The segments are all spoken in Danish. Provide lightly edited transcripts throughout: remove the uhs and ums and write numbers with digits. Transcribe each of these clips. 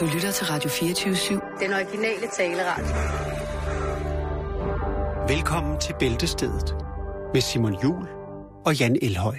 Du lytter til Radio 24/7. Den originale taleradio. Velkommen til Bæltestedet med Simon Jul og Jan Elhøj.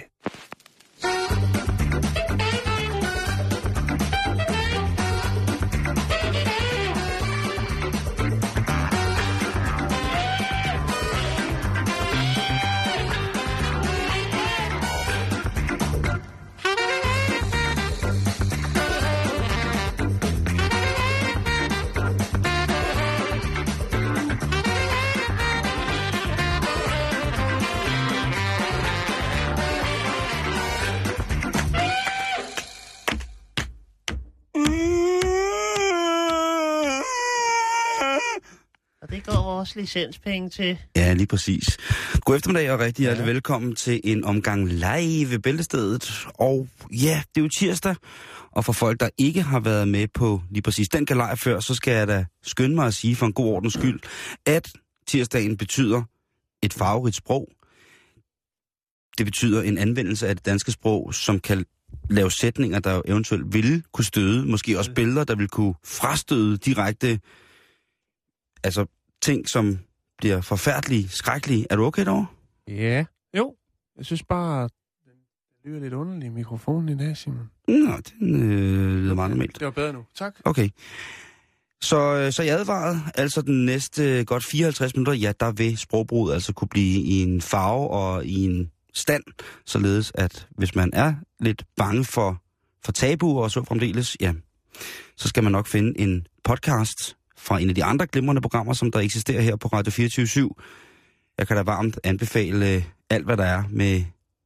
Det går vores licenspenge til. Ja, lige præcis. God eftermiddag og rigtig hjertelig velkommen til en omgang live ved Bæltestedet. Og ja, det er jo tirsdag, og for folk, der ikke har været med på lige præcis den galej før, så skal jeg da skynde mig at sige for en god ordens skyld, at tirsdagen betyder et farverigt sprog. Det betyder en anvendelse af det danske sprog, som kan lave sætninger, der eventuelt ville kunne støde, måske også billeder, der vil kunne frastøde direkte, altså ting, som bliver forfærdelige, skrækkelige. Er du okay derovre? Ja. Jo. Jeg synes bare, den lyder lidt underlig i mikrofonen i dag, Simon. Nå, den lyder meget normalt. Det var bedre nu. Tak. Okay. Så jeg advarede, altså den næste godt 54 minutter, ja, der vil sprogbruget altså kunne blive i en farve og i en stand, således at hvis man er lidt bange for tabuer og så fremdeles, ja, så skal man nok finde en podcast fra en af de andre glimrende programmer, som der eksisterer her på Radio 24/7. Jeg kan da varmt anbefale alt, hvad der er med...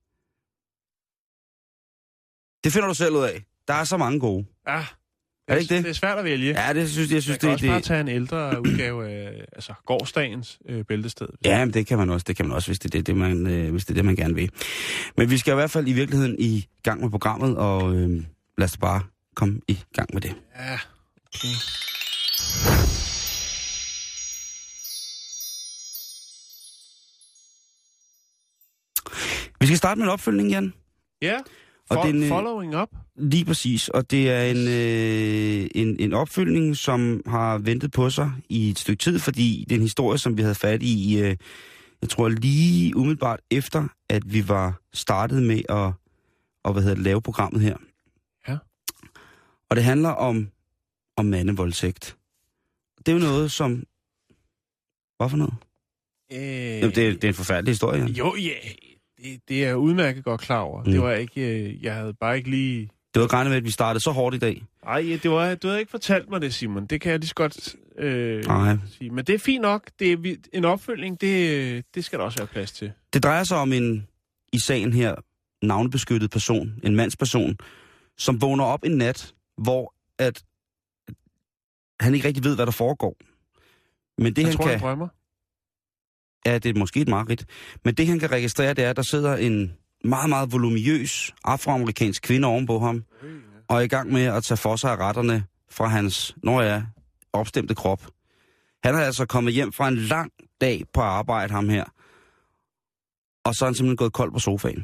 Det finder du selv ud af. Der er så mange gode. Ja. Er det ikke det? Det er svært at vælge. Ja, det synes jeg. Man kan også bare tage en ældre udgave af gårdsdagens Bæltested. Ja, men det kan man også. Det kan man også, hvis det er det, man gerne vil. Men vi skal i hvert fald i virkeligheden i gang med programmet, og lad os bare komme i gang med det. Ja, okay. Vi skal starte med en opfølgning, Jan. Ja, following up. Lige præcis, og det er en opfølgning, som har ventet på sig i et stykke tid, fordi det er en historie, som vi havde fat i, jeg tror lige umiddelbart efter, at vi var startet med at lave programmet her. Ja. Og det handler om mandevoldtægt. Det er jo noget, som... Hvad for noget? Jamen, det er en forfærdelig historie. Jo, ja. Det er jeg udmærket godt klar over. Det var ikke... Jeg havde bare ikke lige... Det var grænet med, at vi startede så hårdt i dag. Nej, du havde ikke fortalt mig det, Simon. Det kan jeg lige så godt sige. Men det er fint nok. En opfølgning, det skal der også være plads til. Det drejer sig om i sagen her, navnebeskyttet person, en mandsperson, som vågner op en nat, hvor at han ikke rigtig ved, hvad der foregår. Men det, han drømmer. Ja, det er måske et mareridt. Men det, han kan registrere, det er, at der sidder en meget, meget voluminøs afroamerikansk kvinde ovenpå ham, og er i gang med at tage for sig af retterne fra hans, opstemte krop. Han er altså kommet hjem fra en lang dag på arbejde, ham her, og så er han simpelthen gået kold på sofaen.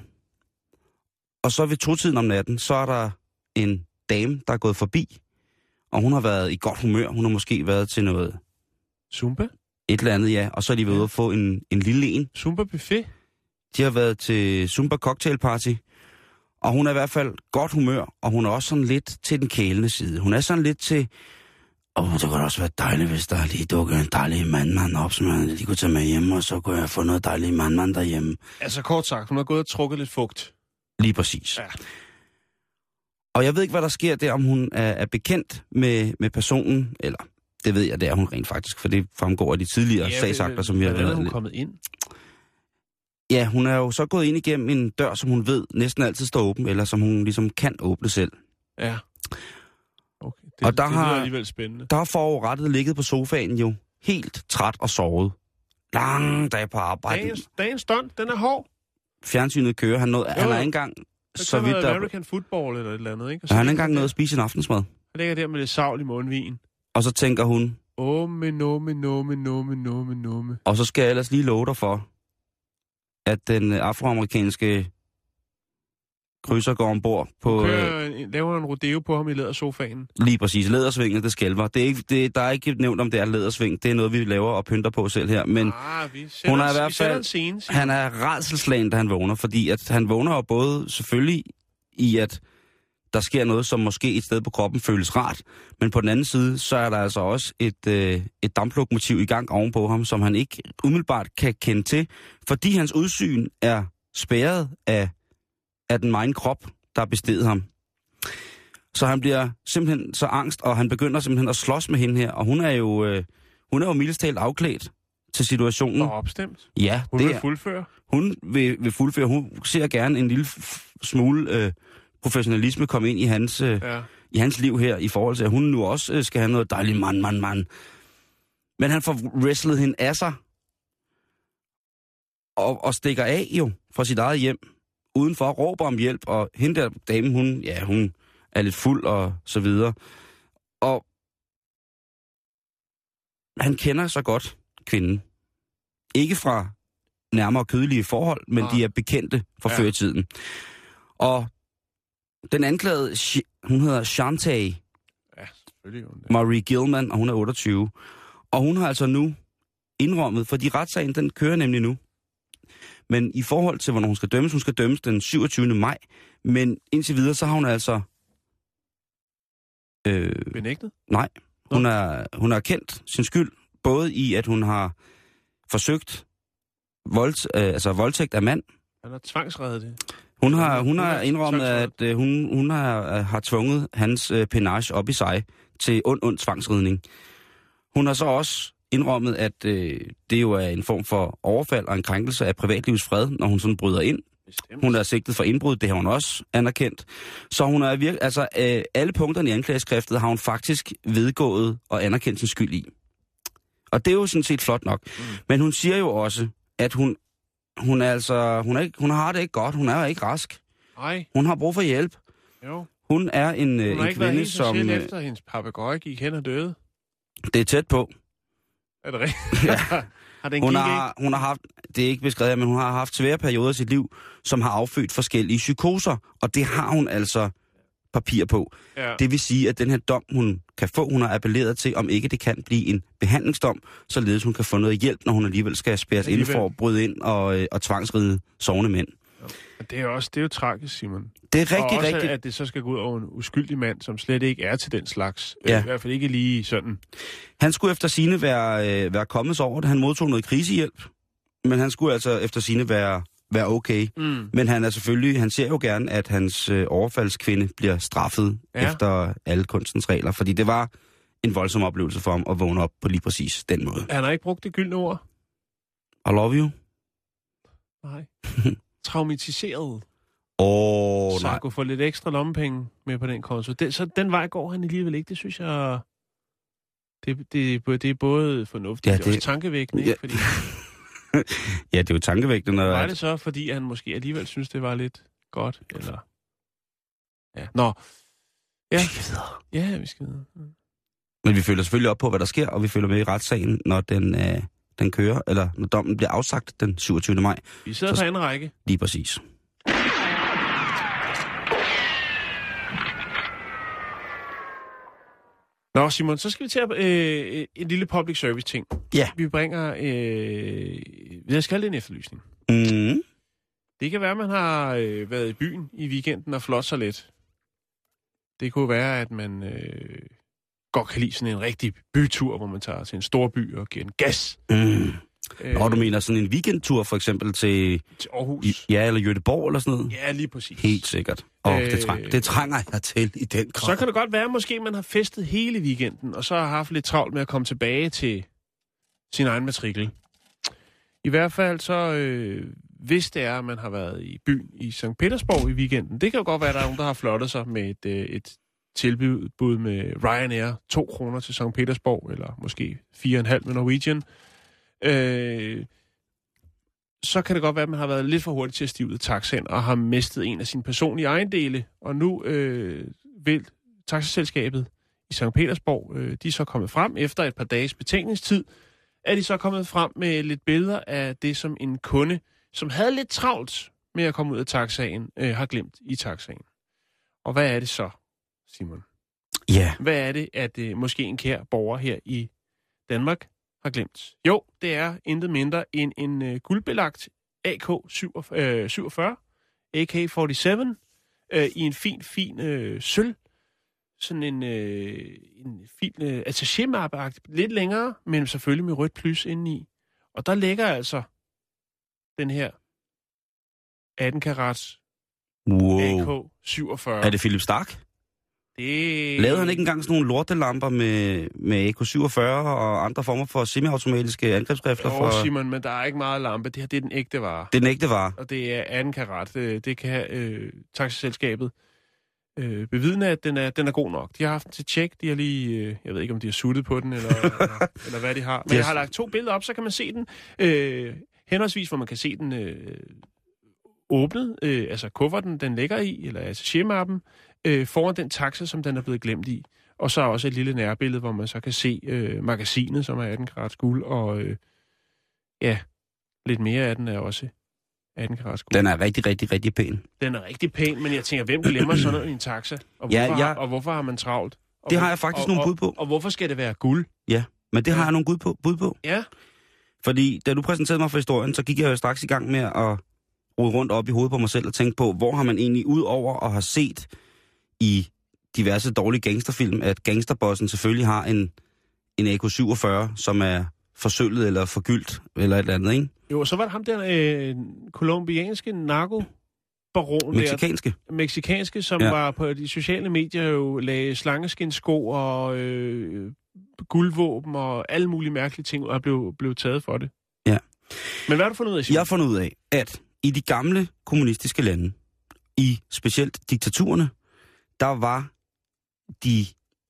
Og så ved 2-tiden om natten, så er der en dame, der er gået forbi, og hun har været i godt humør. Hun har måske været til noget... Zumba? Et eller andet, ja. Og så er de ved at få en lille en. Zumba buffet? De har været til Zumba cocktail party. Og hun er i hvert fald godt humør, og hun er også sådan lidt til den kælende side. Hun er sådan lidt til... det kunne også være dejligt, hvis der lige dukker en dejlig mandmand op, som jeg lige kunne tage med hjem, og så kunne jeg få noget dejlig mandmand derhjemme. Altså kort sagt, hun har gået og trukket lidt fugt. Lige præcis. Ja. Og jeg ved ikke, hvad der sker der, om hun er bekendt med personen, eller... Det ved jeg, det er hun rent faktisk, for det fremgår af de tidligere sagsakter, som vi har været. Er hun kommet ind? Ja, hun er jo så gået ind igennem en dør, som hun ved næsten altid står åben, eller som hun ligesom kan åbne selv. Ja. Okay. Og der det lyder alligevel spændende. Der har forurettet ligget på sofaen jo helt træt og sovet. Lang dag på arbejde. Dagens stund, den er hård. Fjernsynet kører. Han er ikke engang... Så vidt der... American football eller et eller andet, ikke? Og han er ikke engang nået at spise en aftensmad. Han ligger der med lidt savl i mundvin. Og så tænker hun... Numme. Og så skal jeg ellers lige love dig for, at den afroamerikanske krydser går ombord på... Laver en rodeo på ham i lædersofaen. Lige præcis. Lædersvinget, det skælver. Der er ikke nævnt, om det er lædersving. Det er noget, vi laver og pynter på selv her. Men hun er i hvert fald... Han er rædselsslagen, da han vågner, fordi at han vågner jo både selvfølgelig i, at der sker noget, som måske et sted på kroppen føles rart, men på den anden side, så er der altså også et damplokomotiv i gang ovenpå ham, som han ikke umiddelbart kan kende til, fordi hans udsyn er spærret af den megen krop, der har besteget ham. Så han bliver simpelthen så angst, og han begynder simpelthen at slås med hende her, og hun er jo mildest talt afklædt til situationen. Og opstemt. Ja, hun vil fuldføre. Hun vil fuldføre. Hun ser gerne en lille smule professionalisme komme ind i hans liv her, i forhold til, at hun nu også skal have noget dejligt mand. Men han får wrestlet hende af sig, og stikker af jo fra sit eget hjem, udenfor og råber om hjælp, og hende der dame, hun er lidt fuld og så videre. Og han kender så godt kvinden. Ikke fra nærmere kødelige forhold, men de er bekendte fra før i tiden. Og den anklagede, hun hedder Shantae Marie Gilman, og hun er 28. Og hun har altså nu indrømmet, fordi retssagen, den kører nemlig nu. Men i forhold til, hvornår hun skal dømmes den 27. maj. Men indtil videre, så har hun altså... benægtet? Nej. Hun har kendt sin skyld, både i, at hun har forsøgt voldtægt af mand. Han har tvangsredet det. Hun har indrømmet, at hun har tvunget hans penage op i sig til ond tvangsridning. Hun har så også indrømmet, at det jo er en form for overfald og en krænkelse af privatlivets fred, når hun sådan bryder ind. Bestemt. Hun er sigtet for indbrud, det har hun også anerkendt. Så hun er alle punkterne i anklageskriftet har hun faktisk vedgået og anerkendt sin skyld i. Og det er jo sådan set flot nok. Men hun siger jo også, at hun har det ikke godt. Hun er ikke rask. Nej. Hun har brug for hjælp. Jo. Hun er en hun har ikke kvinde, været som... Hun efter hendes papegøje gik hen og døde. Det er tæt på. Er det rigtigt? Ja. Hun har haft, det er ikke beskrevet, men hun har haft svære perioder i sit liv, som har affødt forskellige psykoser. Og det har hun altså papir på. Ja. Det vil sige, at den her dom, hun kan få, hun har appelleret til, om ikke det kan blive en behandlingsdom, således hun kan få noget hjælp, når hun alligevel skal spærres ind for at bryde ind og tvangsride sovende mænd. Ja. Det er jo tragisk, Simon. Det er rigtigt. Og også, at det så skal gå ud over en uskyldig mand, som slet ikke er til den slags. Ja. I hvert fald ikke lige sådan. Han skulle efter sigende være kommet sig over det. Han modtog noget krisehjælp, men han skulle altså efter sigende være okay. Men han ser jo gerne, at hans overfaldskvinde bliver straffet efter alle kunstens regler, fordi det var en voldsom oplevelse for ham at vågne op på lige præcis den måde. Han har ikke brugt det gyldne ord? I love you? Nej. Traumatiseret. Så nej. han kunne få lidt ekstra lommepenge med på den konto. Så den vej går han alligevel ikke. Det synes jeg... Det er både fornuftigt og også tankevækkende, ikke? Fordi... Ja, det er jo tankevækkende. Var det så, fordi han måske alligevel synes, det var lidt godt, eller... Ja, nå. Ja, vi skal videre. Men vi følger selvfølgelig op på, hvad der sker, og vi følger med i retssagen, når den kører, eller når dommen bliver afsagt den 27. maj. Vi sidder på anden række. Lige præcis. Nå, Simon, så skal vi til en lille public service ting. Ja. Vi bringer... vi skal kalde det en efterlysning. Det kan være, at man har været i byen i weekenden og flot sig lidt. Det kunne være, at man godt kan lide sådan en rigtig bytur, hvor man tager til en stor by og giver en gas. Når du mener sådan en weekendtur for eksempel til Aarhus. Eller Göteborg eller sådan noget? Ja, lige præcis. Helt sikkert. Det trænger jeg til i den grad. Så kan det godt være, at måske man har festet hele weekenden, og så har haft lidt travlt med at komme tilbage til sin egen matrikel. I hvert fald så, hvis det er, at man har været i byen i St. Petersborg i weekenden, det kan jo godt være, at der er nogen, der har flottet sig med et tilbud med Ryanair, 2 kroner til St. Petersborg, eller måske 4,5 med Norwegian. Så kan det godt være, at man har været lidt for hurtigt til at stive ud af taxaen og har mistet en af sine personlige ejendele. Og nu vil taxaselskabet i St. Petersborg, de er så kommet frem efter et par dages betænkningstid, er de så kommet frem med lidt billeder af det, som en kunde, som havde lidt travlt med at komme ud af taxaen, har glemt i taxaen. Og hvad er det så, Simon? Ja. Hvad er det, at måske en kær borger her i Danmark har glemt? Jo, det er intet mindre end en guldbelagt AK-47, AK-47, i en fin sølv. Sådan en fin attaché-mappe, lidt længere, men selvfølgelig med rødt plus indeni. Og der ligger altså den her 18 karats AK-47. Er det Philip Stark? Lavede han ikke engang sådan nogle lortelamper med AK-47 og andre former for semiautomatiske angrebsrifler? Jo, Simon, men der er ikke meget lampe. Det her, det er den ægte vare. Det er den ægte vare? Og det er 18 karat. Det kan taxiselskabet bevidne, at den er god nok. De har haft den til tjek. De har lige, jeg ved ikke, om de har suttet på den, eller hvad de har. Men jeg har lagt 2 billeder op, så kan man se den. Henholdsvis, hvor man kan se den åbnet, altså kufferten, den ligger i, eller attaché-mappen, foran den taxa, som den er blevet glemt i. Og så også et lille nærbillede, hvor man så kan se magasinet, som er 18 karats guld, og lidt mere af den er også 18 karats guld. Den er rigtig, rigtig, rigtig pæn. Den er rigtig pæn, men jeg tænker, hvem glemmer sådan noget i en taxa? Og hvorfor har man travlt? Det har jeg faktisk nogle bud på. Og hvorfor skal det være guld? Ja, men det har jeg nogle bud på. Ja. Fordi da du præsenterede mig for historien, så gik jeg jo straks i gang med at rode rundt op i hovedet på mig selv og tænke på, hvor har man egentlig ud over at have set i diverse dårlige gangsterfilm, at gangsterbossen selvfølgelig har en AK-47, som er forsølvet eller forgyldt eller et eller andet, ikke? Jo, så var det ham der kolumbianske narkobaron mexikanske, som var på de sociale medier jo lagde slangeskinsko og guldvåben og alle mulige mærkelige ting, og blev taget for det. Ja. Men hvad har du fundet ud af, Simon? Jeg har fundet ud af, at i de gamle kommunistiske lande, i specielt diktaturerne, der var de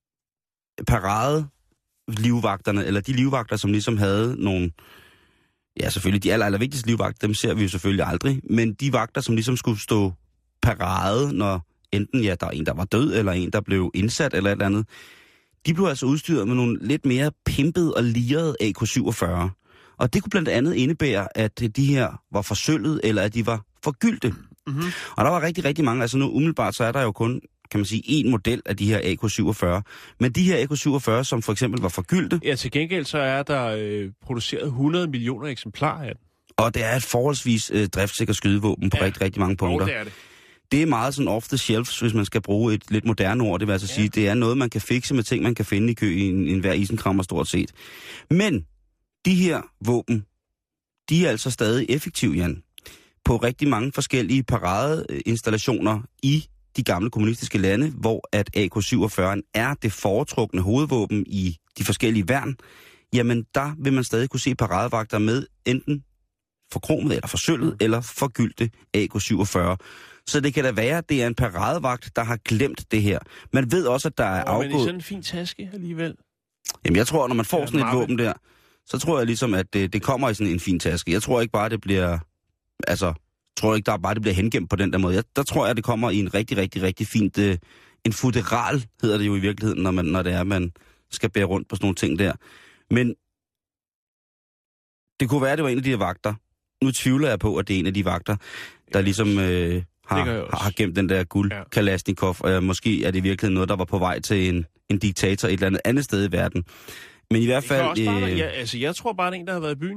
parade-livvagterne, eller de livvagter, som ligesom havde nogle, ja selvfølgelig de allervigtigste livvagter, dem ser vi jo selvfølgelig aldrig, men de vagter, som ligesom skulle stå parade, når enten der er en, der var død, eller en, der blev indsat, eller et eller andet, de blev altså udstyret med nogle lidt mere pimpede og lirede AK-47. Og det kunne blandt andet indebære, at de her var forsølvet, eller at de var forgyldte. Mm-hmm. Og der var rigtig, rigtig mange. Altså nu umiddelbart, så er der jo kun, kan man sige, én model af de her AK-47. Men de her AK-47, som for eksempel var forgyldte... Ja, til gengæld så er der produceret 100 millioner eksemplarer af den. Og det er et forholdsvis driftssikkert skydevåben på rigtig, rigtig mange punkter. Det er det. Det er meget sådan off the shelf, hvis man skal bruge et lidt moderne ord. Det vil altså sige, det er noget, man kan fikse med ting, man kan finde i kø i en hver isenkrammer stort set. Men de her våben, de er altså stadig effektive, Jan, på rigtig mange forskellige paradeinstallationer i de gamle kommunistiske lande, hvor at AK-47 er det foretrukne hovedvåben i de forskellige værn. Jamen, der vil man stadig kunne se paradevagter med enten forkromet eller forsølvet eller forgyldte AK-47. Så det kan da være, at det er en paradevagt, der har glemt det her. Man ved også, at der er afgået... Men i sådan en fin taske alligevel? Jamen, jeg tror, når man får sådan et våben der, så tror jeg ligesom, at det kommer i sådan en fin taske. Jeg tror ikke bare, det bliver... Altså, tror ikke, det bliver hengemt på den der måde. Der tror jeg, det kommer i en rigtig, rigtig, rigtig fint... en fuderal hedder det jo i virkeligheden, når det er, man skal bære rundt på sådan nogle ting der. Men det kunne være, at det var en af de her vagter. Nu tvivler jeg på, at det er en af de vagter, der ligesom har gemt den der Kalasnikov. Og måske er det virkelig noget, der var på vej til en diktator et eller andet sted i verden. Men i hvert fald... jeg tror bare, det er en, der har været i byen.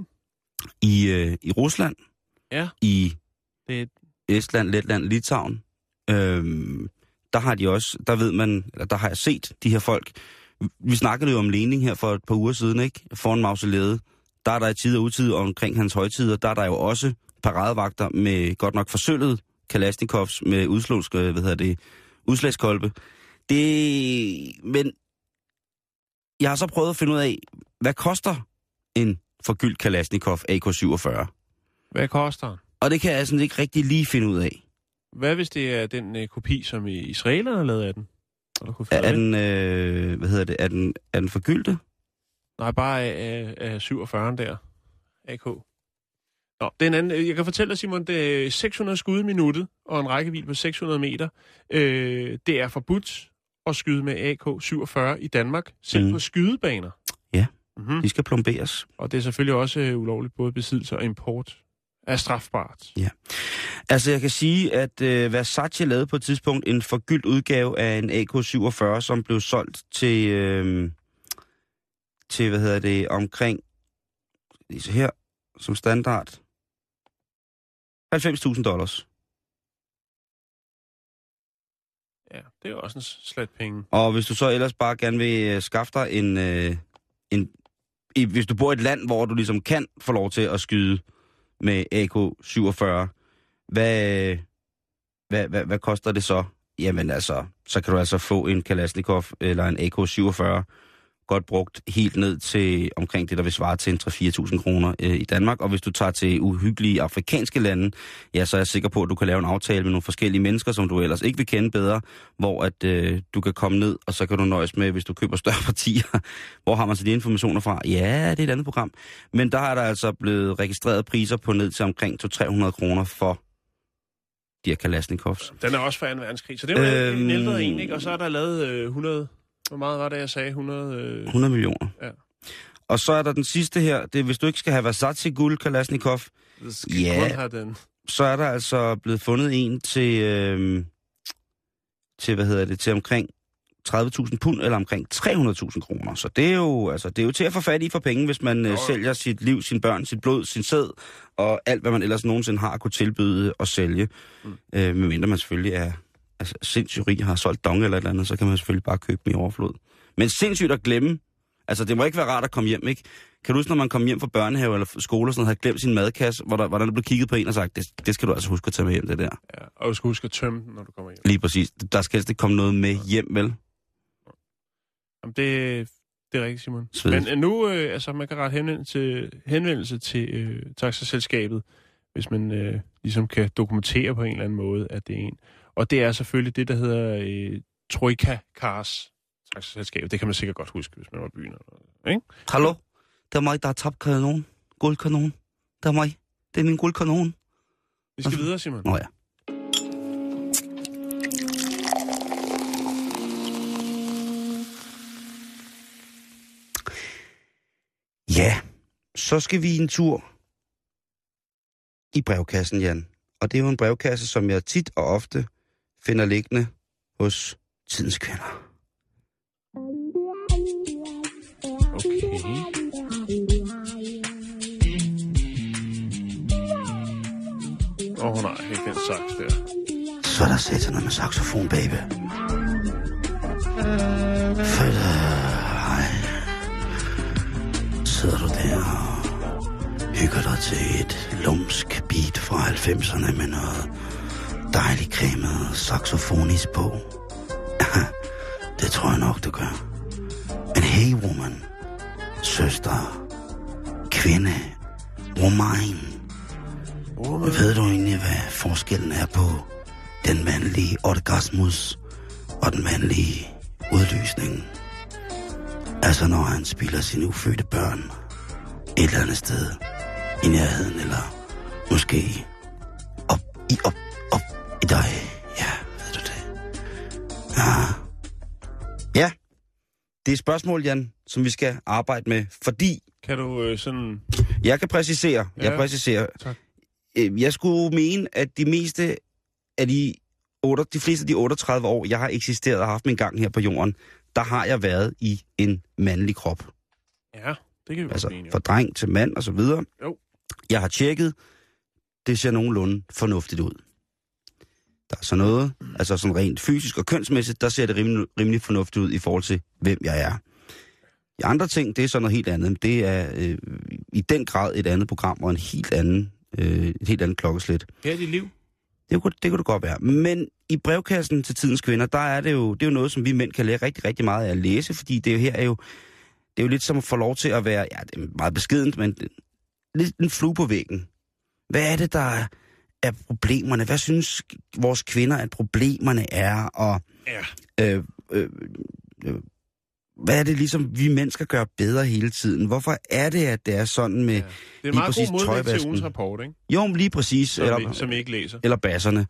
I Rusland. Ja. I Estland, Letland, Litauen. Der har de også, der ved man, eller der har jeg set de her folk. Vi snakkede jo om Lenin her for et par uger siden, ikke? Foran mausoleet. Der er der i tid og utid omkring hans højtider. Der er der jo også paradevagter med godt nok forsølvet Kalashnikovs med udslagskolbe. Men jeg har så prøvet at finde ud af, hvad koster en forgyldt Kalashnikov AK-47? Hvad koster? Og det kan jeg altså ikke rigtig lige finde ud af. Hvad hvis det er den kopi, som israelerne har lavet af den? Er den, er den forgyldte? Nej, bare af 47'eren der. AK. Nå, det er en anden. Jeg kan fortælle dig, Simon, det er 600 skud i minuttet og en rækkevidde på 600 meter. Det er forbudt at skyde med AK-47 i Danmark, selv på skydebaner. Ja, de skal plomberes. Og det er selvfølgelig også ulovligt, både besiddelse og import er strafbart. Ja. Altså, jeg kan sige, at Versace lavede på et tidspunkt en forgyldt udgave af en AK-47, som blev solgt til omkring, så her, som standard, $90,000. Ja, det er jo også en slat penge. Og hvis du så ellers bare gerne vil skaffe dig hvis du bor i et land, hvor du ligesom kan få lov til at skyde med AK-47, hvad koster det så? Jamen altså, så kan du altså få en Kalashnikov eller en AK-47 godt brugt helt ned til omkring det, der vil svare til en 3-4.000 kroner i Danmark. Og hvis du tager til uhyggelige afrikanske lande, ja, så er jeg sikker på, at du kan lave en aftale med nogle forskellige mennesker, som du ellers ikke vil kende bedre, hvor at du kan komme ned, og så kan du nøjes med, hvis du køber større partier. Hvor har man så de informationer fra? Ja, det er et andet program. Men der er der altså blevet registreret priser på ned til omkring 200-300 kroner for de her Kalashnikovs. Den er også fra 2. verdenskrig, så det er jo en ældre en, ikke? Og så er der lavet 100... Hvor meget var det, jeg sagde? 100 millioner. Ja. Og så er der den sidste her. Det er, hvis du ikke skal have Versace guld Kalashnikov. Ja, så er der altså blevet fundet en til til omkring 30.000 pund, eller omkring 300.000 kroner. Så det er jo til at få fat i for penge, hvis man sælger sit liv, sine børn, sit blod, sin sæd, og alt, hvad man ellers nogensinde har kunne tilbyde og sælge. Medmindre man selvfølgelig er sindssygt rig, har solgt dong eller et eller andet, så kan man selvfølgelig bare købe dem i overflod. Men sindssygt at glemme. Altså, det må ikke være rart at komme hjem, ikke? Kan du huske, når man kom hjem fra børnehave eller skole, og sådan, havde glemt sin madkasse, hvordan der blev kigget på en og sagt, det skal du altså huske at tage med hjem, det der. Ja, og du skal huske at tømme den, når du kommer hjem. Lige præcis. Der skal helst ikke komme noget med hjem, vel? Jamen, det er rigtigt, Simon. Svedigt. Men nu, man kan rette henvendelse til taxaselskabet, hvis man ligesom kan dokumentere på en eller anden måde, at det er en. Og det er selvfølgelig det, der hedder Troika Cars taxaselskabet. Det kan man sikkert godt huske, hvis man var i byen. Ikke? Hallo? Det er mig, der har tabt kanon. Guldkanon. Det er mig. Det er min guldkanon. Vi skal videre, Simon. Nå ja. Ja, så skal vi en tur i brevkassen, Jan. Og det er jo en brevkasse, som jeg tit og ofte finder liggende hos Tidens Kvinder. Okay. Nej, ikke den sax der. Så er der satana med saxofon, baby. Hej. Sidder du der og hygger dig til et lumsk beat fra 90'erne med noget dejligt cremet saxofonis på? Det tror jeg nok, du gør. Men hey, woman, søster, kvinde, woman. Ved du egentlig, hvad forskellen er på den mandlige orgasmus og den mandlige udlysning? Altså når han spiller sine ufødte børn et eller andet sted i nærheden, eller måske op i dig. Ja, ved du det? Ja, det er et spørgsmål, Jan, som vi skal arbejde med, fordi... Kan du sådan... Jeg kan præcisere. Ja, jeg præciserer. Tak. Jeg skulle mene, at de fleste af de 38 år, jeg har eksisteret og haft min gang her på jorden, der har jeg været i en mandlig krop. Ja, det kan vi altså, godt mene. fra dreng til mand og så videre. Jo. Jeg har tjekket, det ser nogenlunde fornuftigt ud. Der er så noget, altså sådan rent fysisk og kønsmæssigt, der ser det rimelig fornuftigt ud i forhold til, hvem jeg er. De andre ting, det er så noget helt andet. Det er i den grad et andet program og et helt andet klokkeslæt. Her er dit liv. Det kunne det godt være. Men i brevkassen til Tidens Kvinder, der er det er jo noget, som vi mænd kan lære rigtig, rigtig meget af at læse, fordi det er jo lidt som at få lov til at være, ja, det er meget beskedent, men lidt en flue på væggen. Hvad er det, der er problemerne? Hvad synes vores kvinder, at problemerne er? Og ja. hvad er det ligesom, vi mænd skal gøre bedre hele tiden? Hvorfor er det, at det er sådan med... Ja. Det er en meget god modvægt til ugens rapport, ikke? Jo, lige præcis. Som I ikke læser. Eller basserne.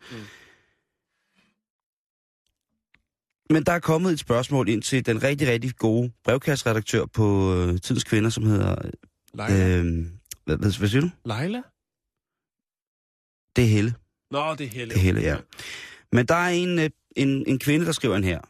Men der er kommet et spørgsmål ind til den rigtig, rigtig gode brevkasseredaktør på Tidens Kvinder, som hedder... Leila. Hvad siger du? Leila? Det er Helle. Nå, det er Helle. Det er Helle, ja. Men der er en kvinde, der skriver en her.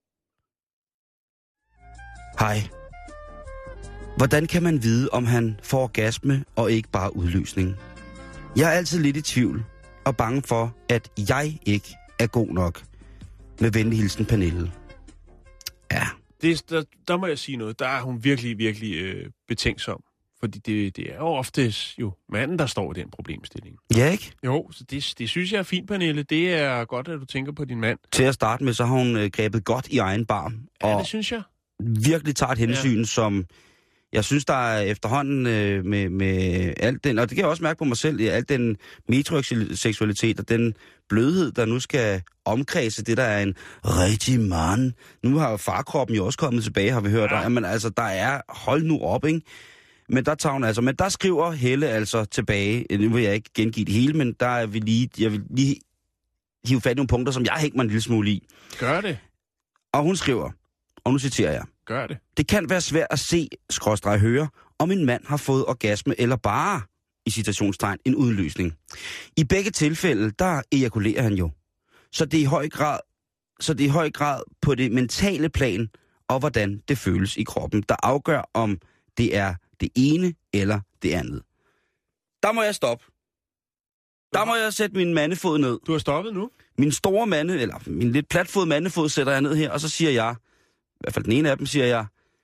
Hej. Hvordan kan man vide, om han får orgasme og ikke bare udløsning? Jeg er altid lidt i tvivl og bange for, at jeg ikke er god nok. Med venlig hilsen, Pernille. Ja. Der må jeg sige noget. Der er hun virkelig, virkelig betænksom. Fordi det er jo oftest jo manden, der står i den problemstilling. Ja, ikke? Jo, så det synes jeg er fint, Pernille. Det er godt, at du tænker på din mand. Til at starte med, så har hun grebet godt i egen barm. Ja, og det synes jeg. Virkelig tager et hensyn, som jeg synes, der er efterhånden med alt den, og det kan jeg også mærke på mig selv, alt den metroseksualitet og den blødhed, der nu skal omkredse det, der er en rigtig mand. Nu har farkroppen jo også kommet tilbage, har vi hørt. Ja. Men altså, der er, hold nu op, ikke? Men der tager hun altså, men der skriver Helle altså tilbage, nu vil jeg ikke gengive det hele, men der er jeg vil lige hive fat i nogle punkter, som jeg hænger mig en lille smule i. Gør det. Og hun skriver, og nu citerer jeg. Gør det. Det kan være svært at se, høre, om en mand har fået orgasme eller bare, i citationstegn, en udløsning. I begge tilfælde, der ejakulerer han jo. Så det er i høj grad på det mentale plan, og hvordan det føles i kroppen, der afgør, om det er det ene eller det andet. Der må jeg stoppe. Der må jeg sætte min mandefod ned. Du har stoppet nu? Min lidt platfod mandefod sætter jeg ned her, og så siger jeg, i hvert fald den ene af dem, siger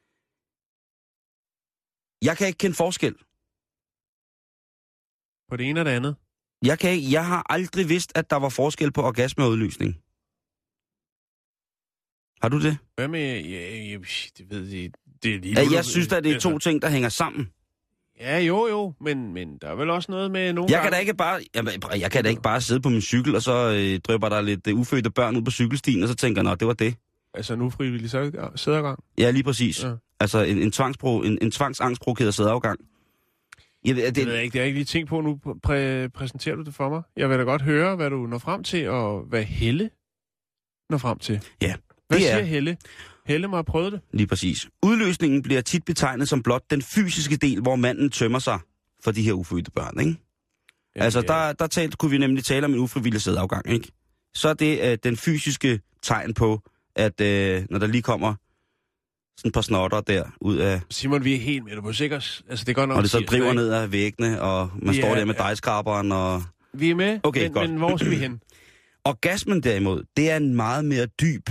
jeg kan ikke kende forskel. På det ene og det andet? Jeg har aldrig vidst, at der var forskel på orgasme og udløsning. Har du det? Hvad med... det ved jeg... Det er lige jeg synes, at det er to ting, der hænger sammen. Ja, jo, men der er vel også noget med nogle jeg kan da ikke bare sidde på min cykel, og så drypper der lidt ufødte børn ud på cykelstien, og så tænker jeg, det var det. Altså nu frivillig sædeafgang? Ja, lige præcis. Ja. Altså en tvangsangstprovokeret sædeafgang. Det ved jeg ikke. Det har jeg ikke lige tænkt på. Nu præsenterer du det for mig. Jeg vil da godt høre, hvad du når frem til, og hvad Helle når frem til. Ja. Hvad siger Helle? Helle må have prøvet det. Lige præcis. Udløsningen bliver tit betegnet som blot den fysiske del, hvor manden tømmer sig for de her ufødte børn, ikke? Ja, altså, der kunne vi nemlig tale om en ufrivillig sædafgang, ikke? Så er det den fysiske tegn på, at når der lige kommer sådan et par snotter der ud af... Simon, vi er helt med, du på sikkert. Altså, det går nok. Og det så driver ned ad væggene, og man står der med dejskraberen, og... Vi er med, okay, men hvor skal vi hen? Orgasmen derimod, det er en meget mere dyb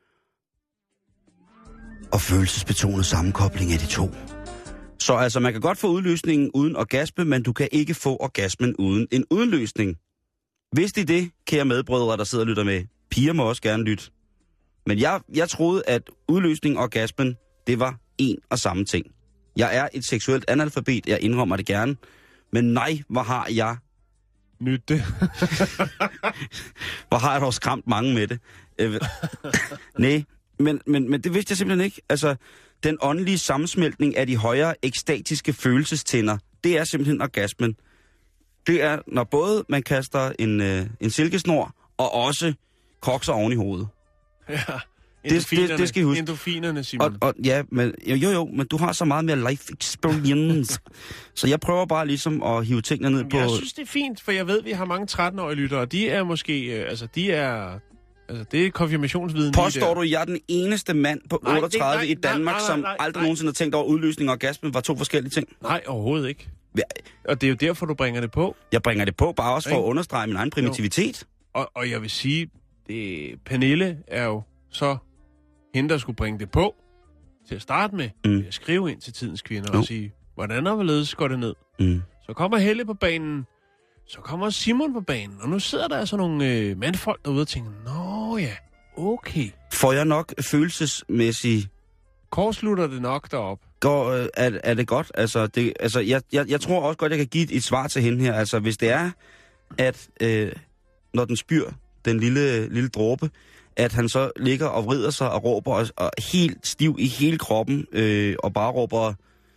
og følelsesbetonet sammenkobling af de to. Så altså, man kan godt få udløsningen uden orgasme, men du kan ikke få orgasmen uden en udløsning. Vidste I det, kære medbrødre, der sidder og lytter med? Piger må også gerne lytte. Men jeg troede, at udløsning og orgasmen, det var en og samme ting. Jeg er et seksuelt analfabet, jeg indrømmer det gerne. Men nej, hvor har jeg... Nyt det. Hvor har jeg dog skræmt mange med det. Nej, men det vidste jeg simpelthen ikke. Altså, den åndelige sammensmeltning af de højere ekstatiske følelsestænder, det er simpelthen orgasmen. Det er, når både man kaster en silkesnor, og også kokser oven i hovedet. Ja, det skal I huske. Endorfinerne, Simon. Ja, men jo, men du har så meget mere life experience. Så jeg prøver bare ligesom at hive tingene ned på... Jeg synes, det er fint, for jeg ved, at vi har mange 13-årige lyttere, og de er måske... det er konfirmationsviden. Påstår du, at jeg er den eneste mand på 38 i Danmark, som aldrig nogensinde har tænkt over udløsning og orgasme, var to forskellige ting? Nej, overhovedet ikke. Ja. Og det er jo derfor, du bringer det på. Jeg bringer det på, bare også for at understrege min egen primitivitet. Og jeg vil sige, Pernille er jo så hende, der skulle bringe det på til at starte med. At skrive ind til Tidens Kvinder og sige, hvordan og hvorledes går det ned? Så kommer Helle på banen, så kommer Simon på banen, og nu sidder der altså nogle mandfolk derude og tænker, nå ja, okay. Får jeg nok følelsesmæssigt... Kortslutter det nok derop? Er det godt? Jeg tror også godt, jeg kan give et svar til hende her. Altså, hvis det er, at når den spyr den lille dråbe, at han så ligger og vrider sig og råber og helt stiv i hele kroppen og bare råber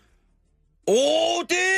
Odin!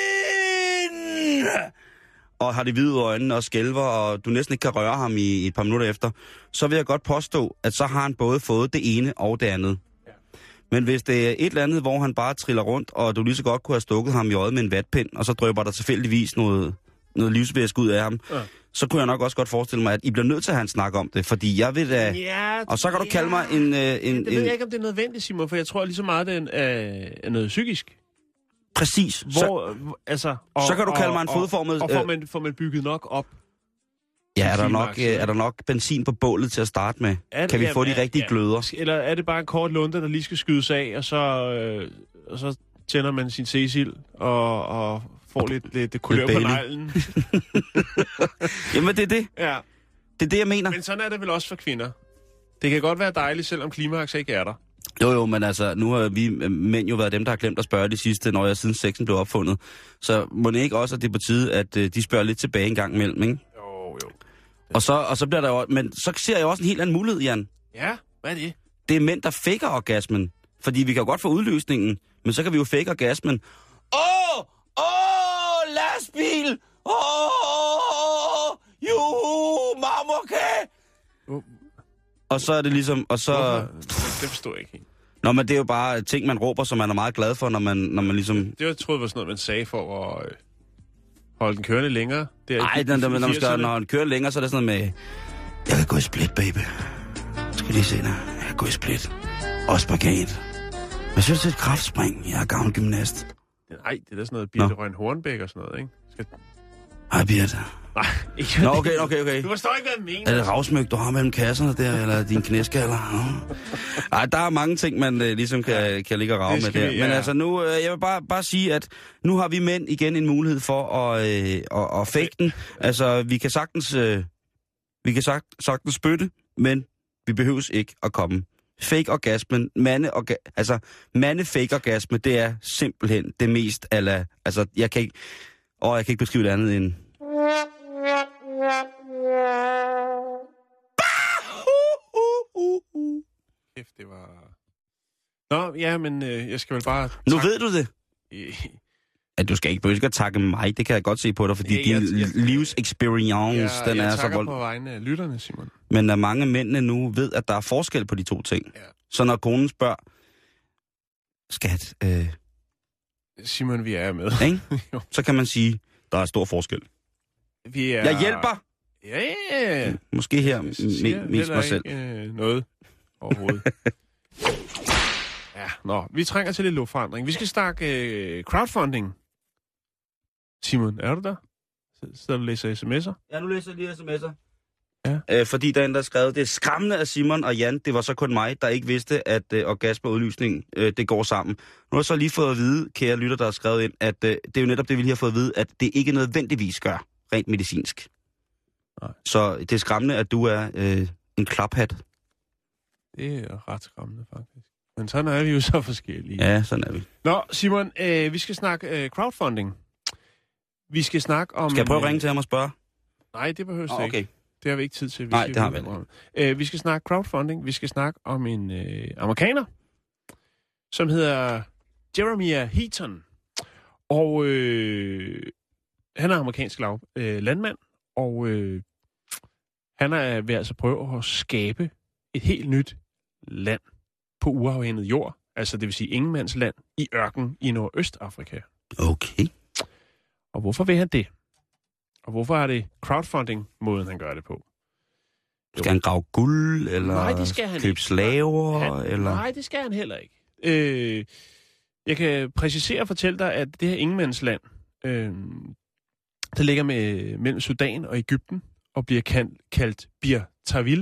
Og har de hvide øjne og skælver, og du næsten ikke kan røre ham i et par minutter efter, så vil jeg godt påstå, at så har han både fået det ene og det andet. Ja. Men hvis det er et eller andet, hvor han bare triller rundt, og du lige så godt kunne have stukket ham i øjet med en vatpind, og så drøber der tilfældigvis noget livsvæske ud af ham, så kunne jeg nok også godt forestille mig, at I bliver nødt til at have en snak om det, fordi jeg vil da... Ja, og så kan du kalde mig en... det ved jeg ikke, om det er nødvendigt, Simon, for jeg tror lige så meget, det er noget psykisk. Præcis. Så kan du kalde mig en fodformet... Og får man bygget nok op. Ja, er der nok benzin på bålet til at starte med? Kan vi få de rigtige gløder? Eller er det bare en kort lunde, der lige skal skydes af, og så tænder man sin Cecil og får lidt kulør på neglen? Jamen, det er det. Ja. Det er det, jeg mener. Men sådan er det vel også for kvinder. Det kan godt være dejligt, selvom klimaks ikke er der. Jo, men altså, nu har vi mænd jo været dem, der har glemt at spørge de sidste, når jeg siden sexen blev opfundet. Så må det ikke også, at det er på tide, at de spørger lidt tilbage en gang imellem, ikke? Jo. Og så bliver der jo... Men så ser jeg også en helt anden mulighed, Jan. Ja, hvad er det? Det er mænd, der faker orgasmen. Fordi vi kan jo godt få udløsningen, men så kan vi jo fake orgasmen. Lastbil! Juhu, mamorke! Og så er det ligesom... Og så... Det forstår jeg ikke helt. Nå, men det er jo bare ting, man råber, som man er meget glad for, når man ligesom... Det jeg troede var sådan noget, man sagde for at holde den kørende længere. Nej, når den kører længere, så er det sådan noget med... Jeg kan gå i split, baby. Skal lige se dig. Jeg kan gå i split. Og spagat. Jeg synes, det er et kraftspring. Jeg er gammel gymnast. Nej, det er da sådan noget Birte Røn Hornbæk og sådan noget, ikke? Hej, Birte. Nej, ikke. Nå, okay. Du forstår ikke, hvad jeg mener. Er det ravsmyg, du har mellem kasserne der, eller din knæskaller? Ej, der er mange ting, man ligesom kan ligge og rave med der. Men altså nu, jeg vil bare sige, at nu har vi mænd igen en mulighed for at fake den. Altså, vi kan sagtens spytte, men vi behøves ikke at komme. Fake orgasmen, mande-fake orgasme, det er simpelthen det mest altså, jeg kan ikke beskrive det andet end... Kæft, det var... Nå, ja, men jeg skal vel bare... Nu ved du det. At du skal ikke begynde at takke mig, det kan jeg godt se på dig, fordi din livsexperience, den er så vold. Jeg takker på vegne af lytterne, Simon. Men at mange mændene nu ved, at der er forskel på de to ting. Ja. Så når konen spørger, skat... Simon, vi er med. Ikke? Så kan man sige, der er stor forskel. Jeg hjælper! Ja. Måske her mest mig selv. Noget overhovedet. Vi trænger til lidt luftforandring. Vi skal snakke crowdfunding. Simon, er du der? Så du læser sms'er? Ja, nu læser jeg lige sms'er. Ja. Fordi der er en, der skrev, det er skræmmende af Simon og Jan, det var så kun mig, der ikke vidste, at orgasme og udlysning, det går sammen. Nu har jeg så lige fået at vide, kære lytter, der har skrevet ind, at det er jo netop det, vi lige har fået at vide, at det ikke nødvendigvis gør, rent medicinsk. Nej. Så det er skræmmende, at du er en klaphat. Det er ret skræmmende, faktisk. Men sådan er vi jo så forskellige. Ja, sådan er vi. Nå, Simon, vi skal snakke crowdfunding. Vi skal snakke om... Skal jeg prøve at ringe til ham og spørge? Nej, det behøves det ikke. Det har vi ikke tid til. Nej, det har vi ikke. Vi skal snakke crowdfunding. Vi skal snakke om en amerikaner, som hedder Jeremiah Heaton. Og han er amerikansk landmand, og han er ved altså prøve at skabe et helt nyt land på uafhændet jord. Altså det vil sige ingenmandsland i ørken i Nordøstafrika. Okay. Og hvorfor vil han det? Og hvorfor er det crowdfunding-måden, han gør det på? Skal han grave guld, eller nej, det skal han købe slaver? Eller? Nej, det skal han heller ikke. Jeg kan præcisere og fortælle dig, at det her ingenmandsland, det ligger mellem Sudan og Egypten, og bliver kaldt Bir Tawil.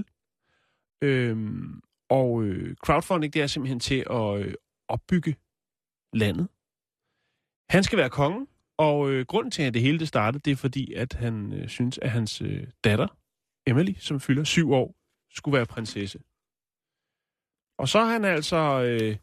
Og crowdfunding, det er simpelthen til at opbygge landet. Han skal være kongen, og grunden til, at det hele det startede, det er fordi, at han synes, at hans datter, Emily, som fylder 7 år, skulle være prinsesse. Og så har han altså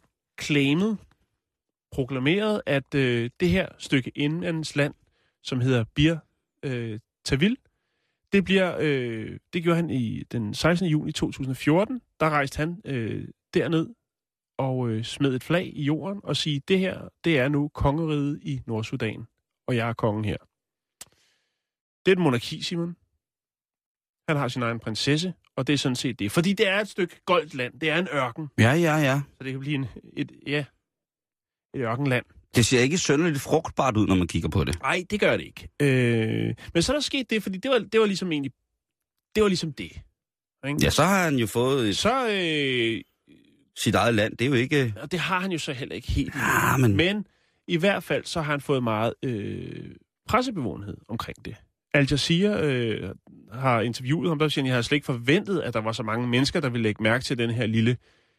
proklameret, at det her stykke indenlandsland, som hedder Bir Tawil, det gjorde han i den 16. juni 2014. Der rejste han derned og smed et flag i jorden og sige, det her, det er nu kongeriget i Nordsudan, og jeg er kongen her. Det er et monarki, Simon. Han har sin egen prinsesse, og det er sådan set det. Fordi det er et stykke goldt land. Det er en ørken. Ja. Så det kan blive et ørkenland. Det ser ikke synderligt frugtbart ud, når man kigger på det. Nej, det gør det ikke. Men så er der sket det, fordi det var ligesom egentlig... Det var ligesom det. Ikke? Ja, så har han jo fået sit eget land. Det er jo ikke... Og det har han jo så heller ikke helt. Ja, men i hvert fald så har han fået meget pressebevågenhed omkring det. Al Jazeera har interviewet ham, der siger, at jeg havde slet ikke forventet, at der var så mange mennesker, der ville lægge mærke til den her lille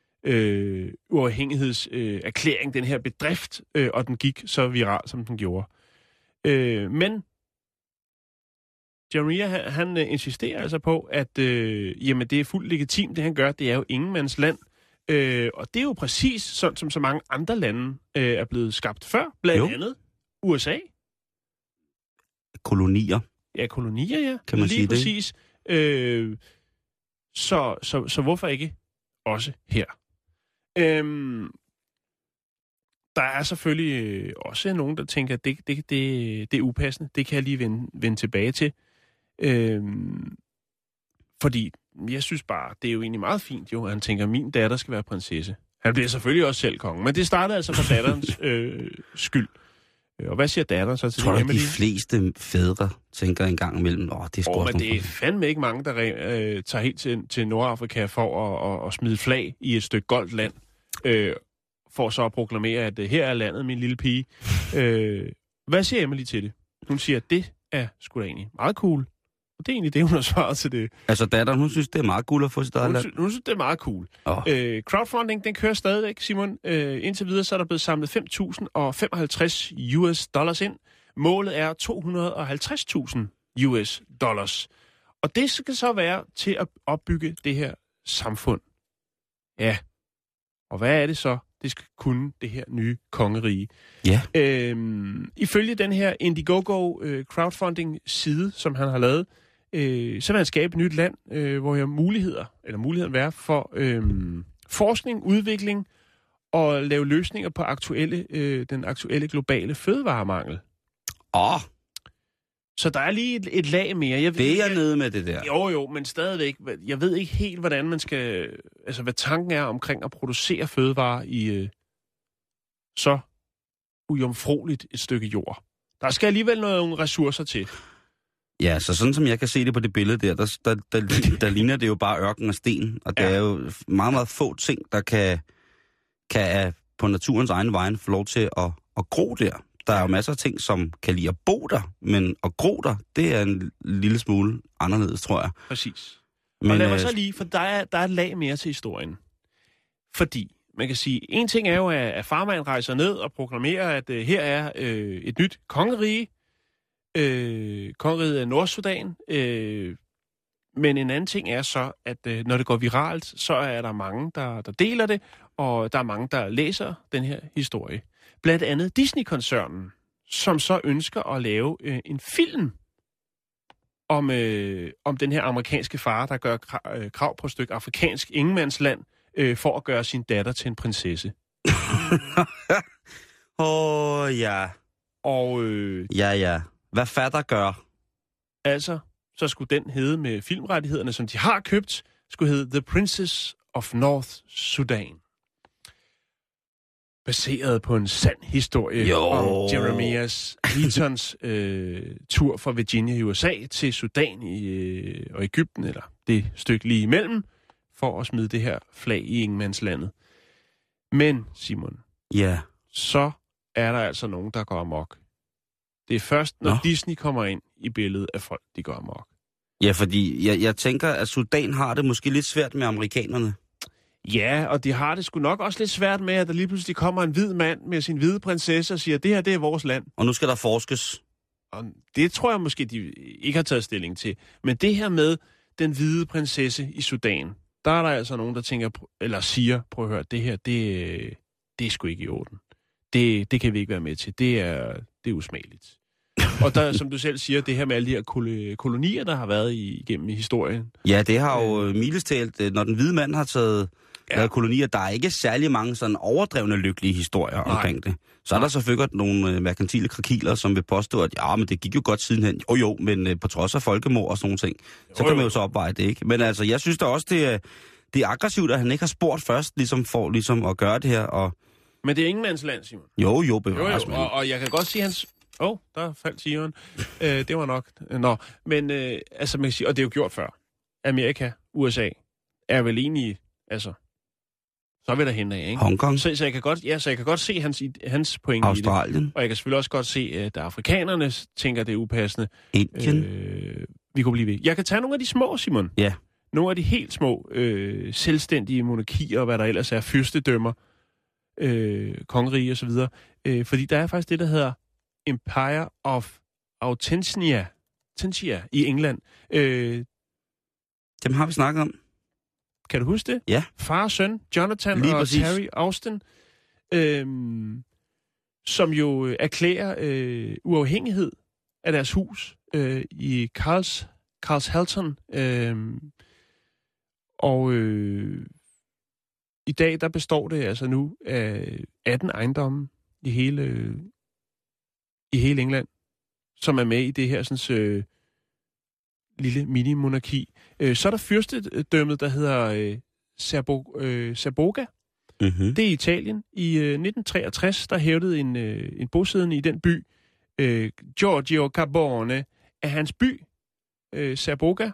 uafhængighedserklæring, den her bedrift, og den gik så viral, som den gjorde. Men Jeremiah, han insisterer altså på, at jamen, det er fuldt legitimt, det han gør. Det er jo ingenmands land. Og det er jo præcis sådan, som så mange andre lande er blevet skabt før. Blandt andet USA. Kolonier. Ja, kolonier, ja. Kan man lige sige præcis. Så hvorfor ikke også her? Der er selvfølgelig også nogen, der tænker, at det er upassende. Det kan jeg lige vende tilbage til. Fordi jeg synes bare, det er jo egentlig meget fint, jo, at han tænker, at min datter skal være prinsesse. Han bliver selvfølgelig også selv konge, men det startede altså for datterens skyld. Og hvad siger datteren så til det? Jeg tror, de fleste fædre tænker en gang imellem, det er men det er fandme ikke mange, der tager helt til Nordafrika for at smide flag i et stykke goldt land, for så at proklamere, at her er landet, min lille pige. Hvad siger Emily til det? Hun siger, at det er sgu da egentlig meget cool. Og det er egentlig det, hun har svaret til det. Altså datteren, hun synes, det er meget cool at få sit eget land? Hun synes, det er meget cool. Crowdfunding, den kører stadigvæk, Simon. Indtil videre, så er der blevet samlet $5.055 ind. Målet er $250.000. Og det skal så være til at opbygge det her samfund. Ja. Og hvad er det så? Det skal kunne det her nye kongerige. Ja. Ifølge den her Indiegogo crowdfunding-side, som han har lavet, så vil han skabe et nyt land, hvor jeg muligheden være for forskning, udvikling og lave løsninger på den aktuelle globale fødevaremangel. Så der er lige et lag mere. Det er nede med det der. Jo, men stadigvæk. Jeg ved ikke helt, hvordan man skal... Altså, hvad tanken er omkring at producere fødevarer i så ujomfrueligt et stykke jord. Der skal alligevel nogle ressourcer til. Ja, så sådan som jeg kan se det på det billede der ligner det jo bare ørken og sten. Og det er jo meget, meget få ting, der kan på naturens egen vej få lov til at gro der. Der er jo masser af ting, som kan lide at bo der, men at gro der, det er en lille smule anderledes, tror jeg. Præcis. Men, og lad mig så lige, for der er et lag mere til historien. Fordi, man kan sige, en ting er jo, at farmand rejser ned og proklamerer, at her er et nyt kongerige. Kongeriget af Nordsudan. Men en anden ting er så, at når det går viralt, så er der mange, der deler det, og der er mange, der læser den her historie. Blandt andet Disney-koncernen, som så ønsker at lave en film om den her amerikanske far, der gør krav på et stykke afrikansk ingenmandsland, for at gøre sin datter til en prinsesse. Ja. Og... Ja. Hvad fatter gør? Altså, så skulle den hedde med filmrettighederne, som de har købt, skulle hedde The Princess of North Sudan. Baseret på en sand historie om Jeremias Heatons tur fra Virginia i USA til Sudan og Egypten, eller det stykke lige imellem, for at smide det her flag i ingenmandslandet. Men, Simon, så er der altså nogen, der går amok. Det er først, når Disney kommer ind i billedet, at folk de går amok. Ja, fordi jeg tænker, at Sudan har det måske lidt svært med amerikanerne. Ja, og de har det sgu nok også lidt svært med, at der lige pludselig kommer en hvid mand med sin hvide prinsesse og siger, at det her, det er vores land. Og nu skal der forskes. Og det tror jeg måske, de ikke har taget stilling til. Men det her med den hvide prinsesse i Sudan, der er der altså nogen, der tænker, eller siger, prøv at høre, det her, det er sgu ikke i orden. Det kan vi ikke være med til. Det er usmageligt. Og der, som du selv siger, det her med alle de her kolonier, der har været igennem i historien. Ja, det har jo mildestalt, når den hvide mand har taget kolonier, der er ikke særlig mange sådan overdrevne lykkelige historier omkring det. Så er der selvfølgelig nogle merkantile krakiler, som vil påstå, at men det gik jo godt sidenhen. Jo, men på trods af folkemord og sådan nogle ting, så kan man jo så opveje det, ikke? Men altså, jeg synes da også, det er aggressivt, at han ikke har spurgt først, ligesom for at gøre det her, og Men det er ingenmandsland, Simon. Jo, bevares. Jo, og jeg kan godt sige hans... der faldt Simon. Det var nok... Nå, men altså, man kan sige, og det er jo gjort før. Amerika, USA, er vel egentlig... Altså, så er vi derhen af, ikke? Hongkong. Så jeg kan godt se hans pointe Australien. i det. Og jeg kan selvfølgelig også godt se, at afrikanerne tænker, det er upassende. Indien. Vi kunne blive ved. Jeg kan tage nogle af de små, Simon. Ja. Nogle af de helt små selvstændige monarkier, og hvad der ellers er, fyrstedømmer, kongerige og så videre. Fordi der er faktisk det, der hedder Empire of Autentia i England. Dem har vi snakket om. Kan du huske det? Ja. Far og søn, Jonathan lige og præcis. Terry Austin, som jo erklærer uafhængighed af deres hus i Carlshalton. I dag, der består det altså nu af 18 ejendomme i hele England, som er med i det her sådan, lille mini-monarki. Så er der fyrstedømmet, der hedder Saboga. Mm-hmm. Det er i Italien. I 1963, der hævdede en bosiddende i den by, Giorgio Carbone, at hans by, Saboga,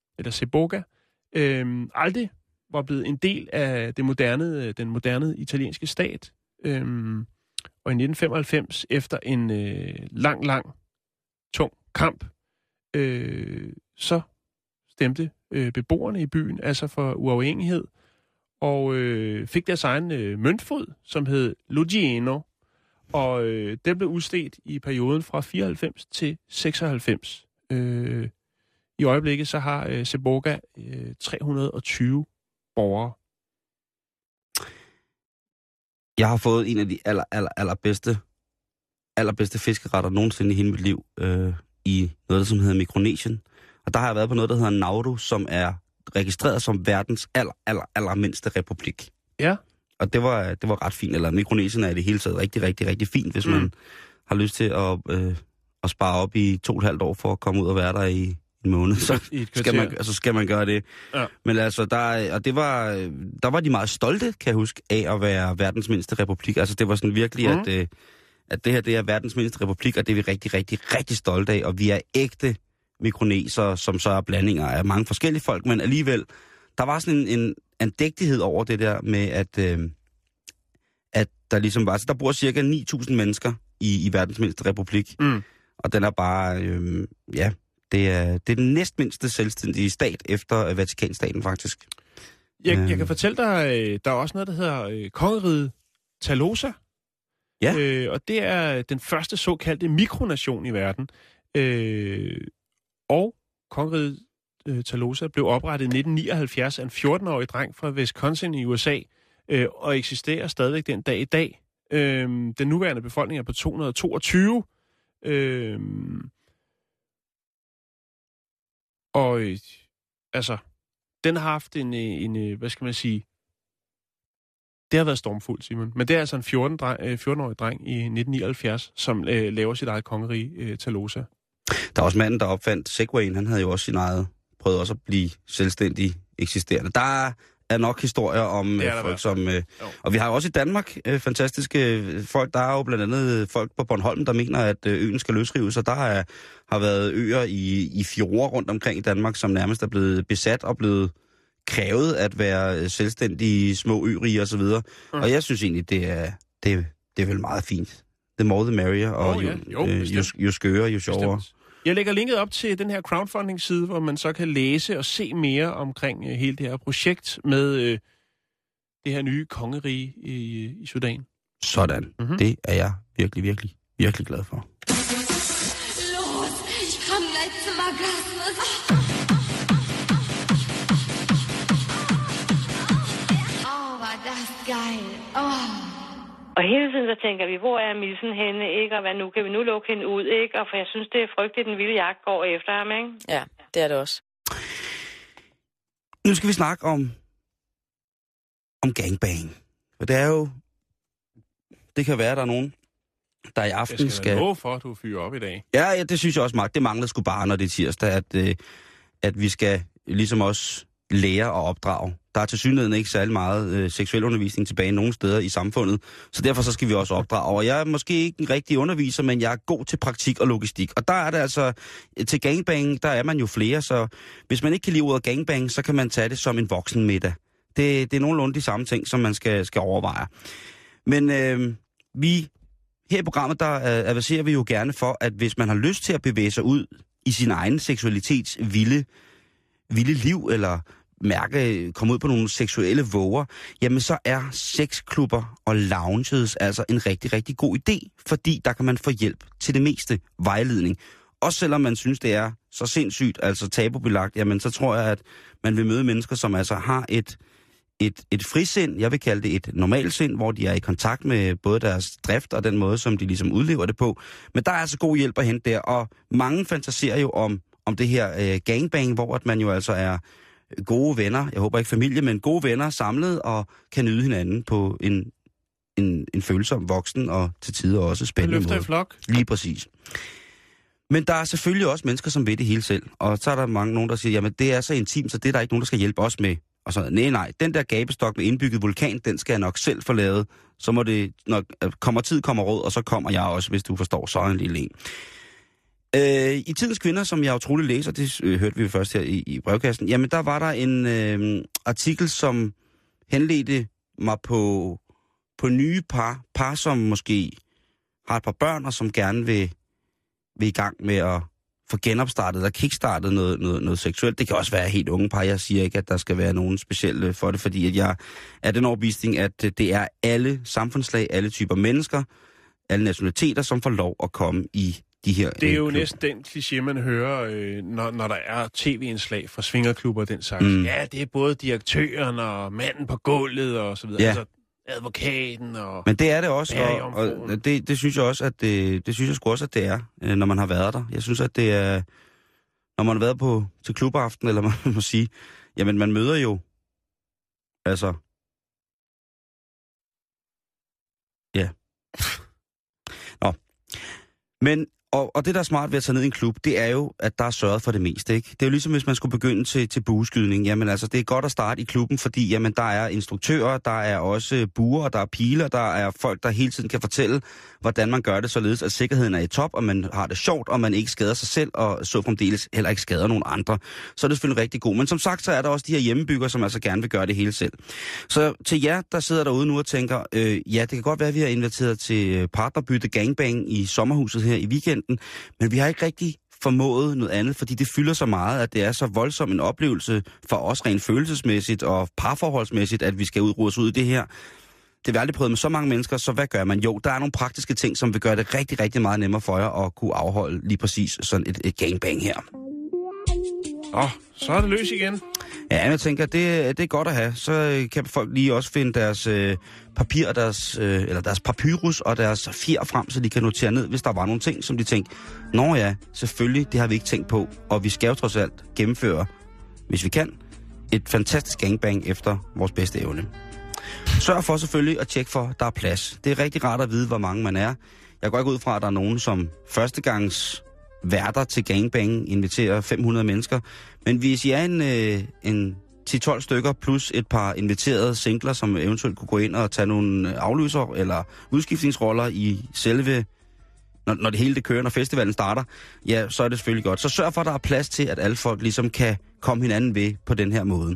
aldrig var blevet en del af den moderne italienske stat. Og i 1995, efter en lang, tung kamp, så stemte beboerne i byen altså for uafhængighed, og fik deres egen møntfod, som hed Lugano, og den blev udstedt i perioden fra 94 til 96. I øjeblikket så har Saboga 320 borgere. Jeg har fået en af de allerbedste fiskeretter nogensinde i hele mit liv i noget, som hedder Mikronesien. Og der har jeg været på noget, der hedder Nauru, som er registreret som verdens allermindste republik. Ja. Og det var ret fint. Eller Mikronesien er i det hele taget rigtig fint, hvis man har lyst til at spare op i 2,5 år for at komme ud og være der i en måned. Så skal man gøre det. Ja. Men altså, der var de meget stolte, kan jeg huske, af at være verdens mindste republik. Altså, det var sådan virkelig, at det her, det er verdens mindste republik, og det er vi rigtig stolte af. Og vi er ægte mikroneser, som så er blandinger af mange forskellige folk, men alligevel, der var sådan en andægtighed over det der med, at der ligesom var, så der bor cirka 9.000 mennesker i verdens mindste republik, og den er bare, det er den næstmindste selvstændige stat efter Vatikanstaten faktisk. Jeg kan fortælle dig, der er også noget, der hedder kongeriget Tolosa. Ja. Og det er den første såkaldte mikronation i verden. Og kongeriget Tolosa blev oprettet i 1979 af en 14-årig dreng fra Wisconsin i USA, og eksisterer stadigvæk den dag i dag. Den nuværende befolkning er på 222. Altså, den har haft en hvad skal man sige, det har været stormfuldt, Simon. Men det er altså en 14-årig dreng i 1979, som laver sit eget kongerige, Tolosa. Der er også manden, der opfandt Segwayen. Han havde jo også sin eget, prøvet også at blive selvstændig eksisterende. Der er nok historier om folk, som... og vi har jo også i Danmark fantastiske folk. Der er jo blandt andet folk på Bornholm, der mener, at øen skal løsrives. Og der har været øer i fjorde rundt omkring i Danmark, som nærmest er blevet besat og blevet krævet at være selvstændige små øriger og så videre. Og jeg synes egentlig, det er vel meget fint. The more the merrier, og jo skøre, jo sjovere. Bestemt. Jeg lægger linket op til den her crowdfunding-side, hvor man så kan læse og se mere omkring hele det her projekt med det her nye kongerige i Sudan. Sådan. Mm-hmm. Det er jeg virkelig glad for. Los, ich komm gleich zum Orgasmus. War das geil. Og hele tiden så tænker vi, hvor er missen henne, ikke? Og hvad nu? Kan vi nu lukke hende ud, ikke? Og for jeg synes, det er frygteligt, den vilde jagt går efter ham, ikke? Ja, det er det også. Nu skal vi snakke om gangbang. For det er jo... Det kan være, at der er nogen, der i aften skal... Jeg skal love for, at du fyrer op i dag. Ja, det synes jeg også, Mark. Det mangler sgu bare, når det er tirsdag, at vi skal ligesom også lære og opdrage. Der er tilsyneladende ikke særlig meget seksuel undervisning tilbage nogle steder i samfundet, så derfor så skal vi også opdrage. Og jeg er måske ikke en rigtig underviser, men jeg er god til praktik og logistik. Og der er det altså, til gangbang, der er man jo flere, så hvis man ikke kan lide ordet gangbang, så kan man tage det som en voksenmiddag. Det er nogenlunde de samme ting, som man skal overveje. Men vi her i programmet, der adviserer vi jo gerne for, at hvis man har lyst til at bevæge sig ud i sin egen seksualitets vilde liv, eller komme ud på nogle seksuelle våger, jamen så er sexklubber og lounges altså en rigtig, rigtig god idé, fordi der kan man få hjælp til det meste vejledning. Også selvom man synes, det er så sindssygt, altså tabubelagt, jamen så tror jeg, at man vil møde mennesker, som altså har et frisind, jeg vil kalde det et normalsind, hvor de er i kontakt med både deres drift og den måde, som de ligesom udlever det på. Men der er altså god hjælp at hente der, og mange fantaserer jo om det her gangbang, hvor at man jo altså er gode venner, jeg håber ikke familie, men gode venner samlet og kan nyde hinanden på en følsom, voksen og til tider også spændende måde. Løfter i flok. Lige præcis. Men der er selvfølgelig også mennesker, som ved det hele selv, og så er der nogen, der siger, jamen det er så intimt, så det er der ikke nogen, der skal hjælpe os med. Og så, nej, den der gabestok med indbygget vulkan, den skal jeg nok selv få lavet. Så må det, når kommer råd, og så kommer jeg også, hvis du forstår, så en lille en. I Tidens Kvinder, som jeg utroligt læser, det hørte vi først her i brevkassen, jamen der var der en artikel, som henledte mig på nye par, som måske har et par børn, og som gerne vil i gang med at få genopstartet eller kickstartet noget seksuelt. Det kan også være helt unge par. Jeg siger ikke, at der skal være nogen specielle for det, fordi at jeg er den overbevisning, at det er alle samfundslag, alle typer mennesker, alle nationaliteter, som får lov at komme i de her Det er jo klubber. næsten den kliché, man hører, når der er tv-indslag fra svingerklubber og den slags. Ja, det er både direktøren og manden på gulvet og så videre. Ja. Altså advokaten og... Men det er det også, og det synes jeg også, at det synes jeg sgu også, at det er, når man har været der. Jeg synes, at det er, når man har været til klubaften, eller man må sige, jamen man møder jo, altså, ja. Nå. Men, og det, der er smart ved at tage ned i en klub, det er jo, at der er sørget for det meste, ikke? Det er jo ligesom, hvis man skulle begynde til bueskydning. Jamen altså, det er godt at starte i klubben, fordi jamen, der er instruktører, der er også buer, der er piler, der er folk, der hele tiden kan fortælle, hvordan man gør det, således at sikkerheden er i top, og man har det sjovt, og man ikke skader sig selv, og så fremdeles heller ikke skader nogen andre. Så er det selvfølgelig rigtig godt. Men som sagt, så er der også de her hjemmebygger, som altså gerne vil gøre det hele selv. Så til jer, der sidder derude nu og tænker, ja, det kan godt være, at vi har inviteret til partnerbytte gangbang i sommerhuset her i weekenden, men vi har ikke rigtig formået noget andet, fordi det fylder så meget, at det er så voldsom en oplevelse for os rent følelsesmæssigt og parforholdsmæssigt, at vi skal udrudes ud i det her. Det har vi aldrig prøvet med så mange mennesker, så hvad gør man? Jo, der er nogle praktiske ting, som vil gøre det rigtig, rigtig meget nemmere for jer at kunne afholde lige præcis sådan et gangbang her. Så er det løs igen. Ja, jeg tænker, det er godt at have. Så kan folk lige også finde deres papir, eller deres papyrus og deres fjer frem, så de kan notere ned, hvis der var nogle ting, som de tænker, nå ja, selvfølgelig, det har vi ikke tænkt på, og vi skal jo trods alt gennemføre, hvis vi kan, et fantastisk gangbang efter vores bedste evne. Sørg for selvfølgelig at tjekke for, at der er plads. Det er rigtig rart at vide, hvor mange man er. Jeg går ikke ud fra, at der er nogen, som førstegangs værter til gangbang inviterer 500 mennesker. Men hvis I er en 10-12 stykker plus et par inviterede singler, som eventuelt kunne gå ind og tage nogle afløser eller udskiftningsroller i selve, når det hele det kører, når festivalen starter, ja, så er det selvfølgelig godt. Så sørg for, at der er plads til, at alle folk ligesom kan komme hinanden ved på den her måde.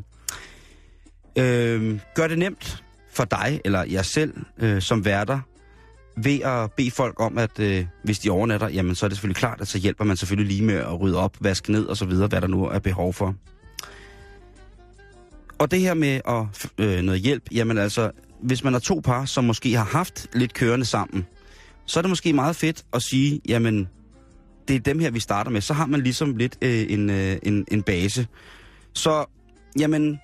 Gør det nemt for dig eller jer selv som værter, ved at bede folk om, at hvis de overnatter, jamen så er det selvfølgelig klart, at så hjælper man selvfølgelig lige med at rydde op, vaske ned og så videre, hvad der nu er behov for. Og det her med noget hjælp, jamen altså, hvis man er to par, som måske har haft lidt kørende sammen, så er det måske meget fedt at sige, jamen, det er dem her, vi starter med. Så har man ligesom lidt en base. Så, jamen,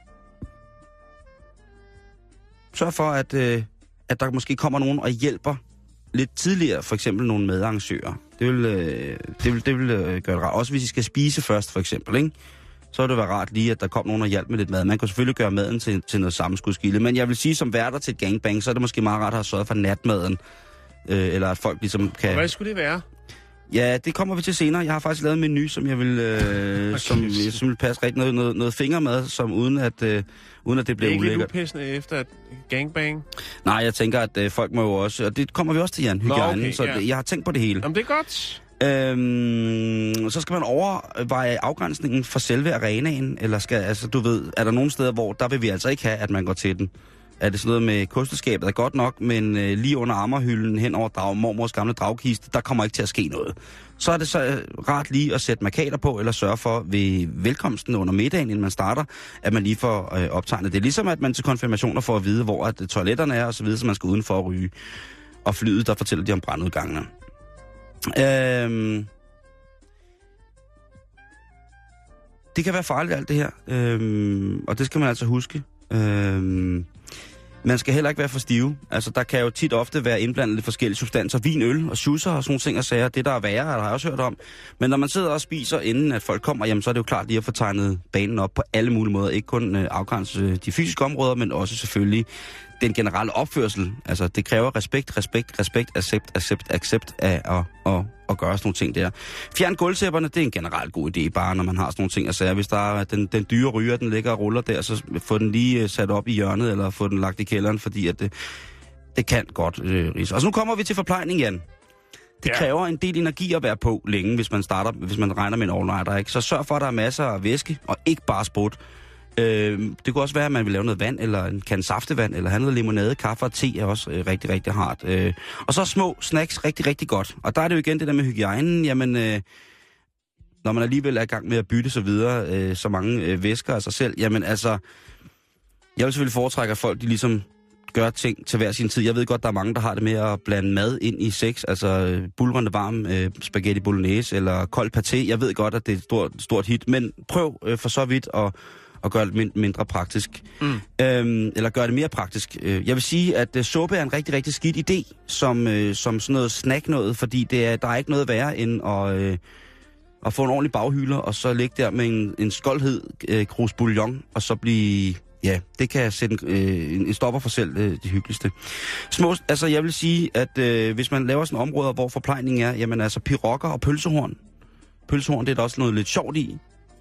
sørg for, at der måske kommer nogen og hjælper lidt tidligere, for eksempel nogle medarrangører. Det vil gøre det rart. Også hvis I skal spise først, for eksempel, ikke? Så vil det være rart lige, at der kom nogen og hjælp med lidt mad. Man kan selvfølgelig gøre maden til noget sammenskudskilde, men jeg vil sige, som værter til et gangbang, så er det måske meget rart at have sørget for natmaden, eller at folk ligesom kan... Og hvad skulle det være? Ja, det kommer vi til senere. Jeg har faktisk lavet en menu, som jeg vil, som vil passe rigtig noget fingermad, som uden at det bliver ulækkert. Det er ikke lidt upæssende efter et gangbang? Nej, jeg tænker, at folk må jo også, og det kommer vi også til, Jan, hygiejne, så jeg har tænkt på det hele. Jamen, det er godt. Så skal man overveje afgrænsningen for selve arenaen, eller er der nogle steder, hvor der vil vi altså ikke have, at man går til den. Er det sådan noget med kosteskabet er godt nok, men lige under ammerhylden hen over mormors gamle dragkiste, der kommer ikke til at ske noget. Så er det så rart lige at sætte markader på, eller sørge for ved velkomsten under middagen, inden man starter, at man lige får optegnet det. Ligesom at man til konfirmationer får at vide, hvor at toiletterne er, og så videre, så man skal udenfor at ryge. Og flyet, der fortæller de om brandudgangene. Det kan være farligt alt det her, og det skal man altså huske. Man skal heller ikke være for stive. Altså, der kan jo tit ofte være indblandet lidt forskellige substanser. Vin, øl og schusser og sådan nogle ting og sager. Det, der er værre, har jeg også hørt om. Men når man sidder og spiser, inden at folk kommer, jamen, så er det jo klart lige at få tegnet banen op på alle mulige måder. Ikke kun afgrænse de fysiske områder, men også selvfølgelig den generelle opførsel. Altså, det kræver respekt, accept af at gøre sådan nogle ting der. Fjern gulvtæpperne, det er en generelt god idé, bare når man har sådan nogle ting at sige. Hvis der er den dyre ryger, den ligger og ruller der, så få den lige sat op i hjørnet, eller få den lagt i kælderen, fordi at det kan godt rise. Og så nu kommer vi til forplejning, Jan. Det kræver en del energi at være på længe, hvis man regner med en all-nighter, ikke? Så sørg for, at der er masser af væske, og ikke bare sprut. Det kunne også være, at man vil lave noget vand, eller en kan saftevand, eller have noget limonade, kaffe og te er også rigtig, rigtig hardt. Og så små snacks rigtig, rigtig godt. Og der er det jo igen det der med hygiejnen. Jamen, når man alligevel er i gang med at bytte så videre, så mange væsker af sig selv, jamen altså, jeg vil selvfølgelig foretrække, at folk de ligesom gør ting til hver sin tid. Jeg ved godt, der er mange, der har det med at blande mad ind i sex, altså bulrende varm spaghetti bolognese eller kold paté. Jeg ved godt, at det er et stort hit, men prøv for så vidt at gøre det mindre praktisk. Eller gøre det mere praktisk. Jeg vil sige, at suppe er en rigtig, rigtig skidt idé, som sådan noget snack noget, fordi der er ikke noget værre end at få en ordentlig baghylder, og så ligge der med en skoldhed krus bouillon, og så blive... Ja, det kan sætte en stopper for selv det hyggeligste. Altså, jeg vil sige, at hvis man laver sådan områder, hvor forplejning er, jamen altså pirokker og pølsehorn. Pølsehorn, det er der også noget lidt sjovt i.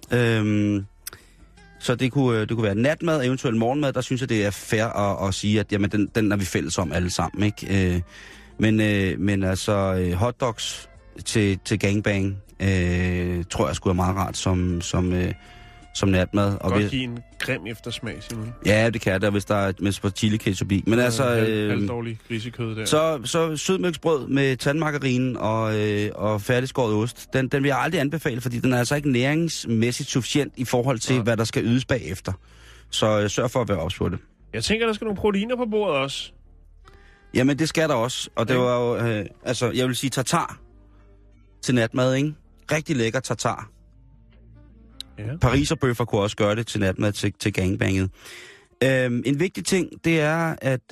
Så det kunne være natmad, eventuelt morgenmad. Der synes jeg, det er fair at sige, at jamen, den er vi fælles om alle sammen, ikke? Men altså hotdogs til gangbang, tror jeg skulle er meget rart som natmad. Og godt give en grim eftersmag, Simon. Ja, det kan det, hvis der er med chili ketchup i. Men altså... halvdårlig grisekød der. Så sødmælksbrød med tandmargarine og færdigskåret ost, den vil jeg aldrig anbefale, fordi den er altså ikke næringsmæssigt sufficient i forhold til, hvad der skal ydes bagefter. Så sørg for at være ops på det. Jeg tænker, der skal nogle proteiner på bordet også. Jamen, det skal der også. Og det var jo... jeg vil sige tartar til natmad, ikke? Rigtig lækker tartar. Ja. Pariserbøffer kunne også gøre det til natmad til gangbanget. En vigtig ting, det er, at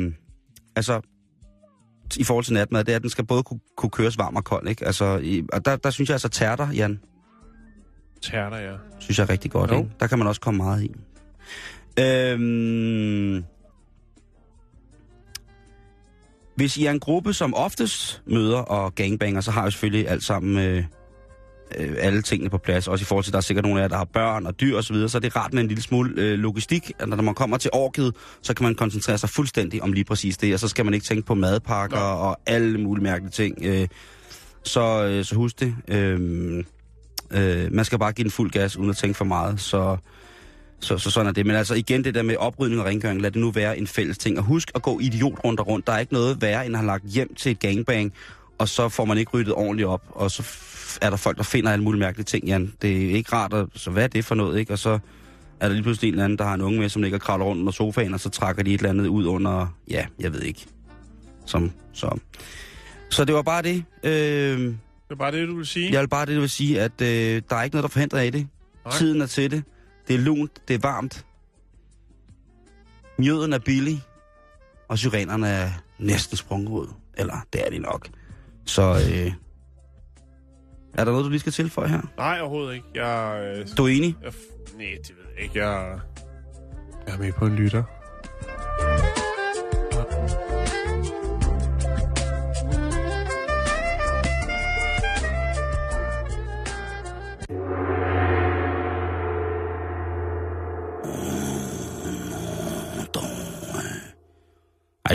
i forhold til natmad, det er, at den skal både kunne køres varm og kold, ikke? Altså, og der synes jeg altså tærter, Jan. Tærter, ja. Synes jeg er rigtig godt, ikke? Der kan man også komme meget i. Hvis I er en gruppe, som oftest møder og gangbanger, så har jeg selvfølgelig alt sammen... alle tingene på plads, også i forhold til, at der er sikkert nogle af jer, der har børn og dyr osv., så er det rart med en lille smule logistik, at når man kommer til orket, så kan man koncentrere sig fuldstændig om lige præcis det, og så skal man ikke tænke på madpakker og alle mulige mærkelige ting. Så husk det. Man skal bare give den fuld gas, uden at tænke for meget, så sådan er det. Men altså igen, det der med oprydning og rengøring, lad det nu være en fælles ting. Og husk at gå idiot rundt. Der er ikke noget værre, end at have lagt hjem til et gangbang, og så får man ikke ryddet ordentligt op, og så er der folk, der finder alle mulige mærkelige ting, Jan. Det er ikke rart, så hvad er det for noget, ikke? Og så er der lige pludselig en eller anden, der har en unge med, som ligger og kravler rundt under sofaen, og så trækker de et eller andet ud under, ja, jeg ved ikke. Så det var bare det. Det var bare det, du vil sige? Jeg vil bare det, du vil sige, at der er ikke noget, der forhindrer af det. Nej. Tiden er til det. Det er lunt, det er varmt. Mjøden er billig, og syrenerne er næsten sprunget ud. Eller, det er de nok. Så, er der noget, du lige skal tilføje her? Nej, overhovedet ikke. Du er enig? Nej, det ved jeg ikke. Jeg er med på en lytter.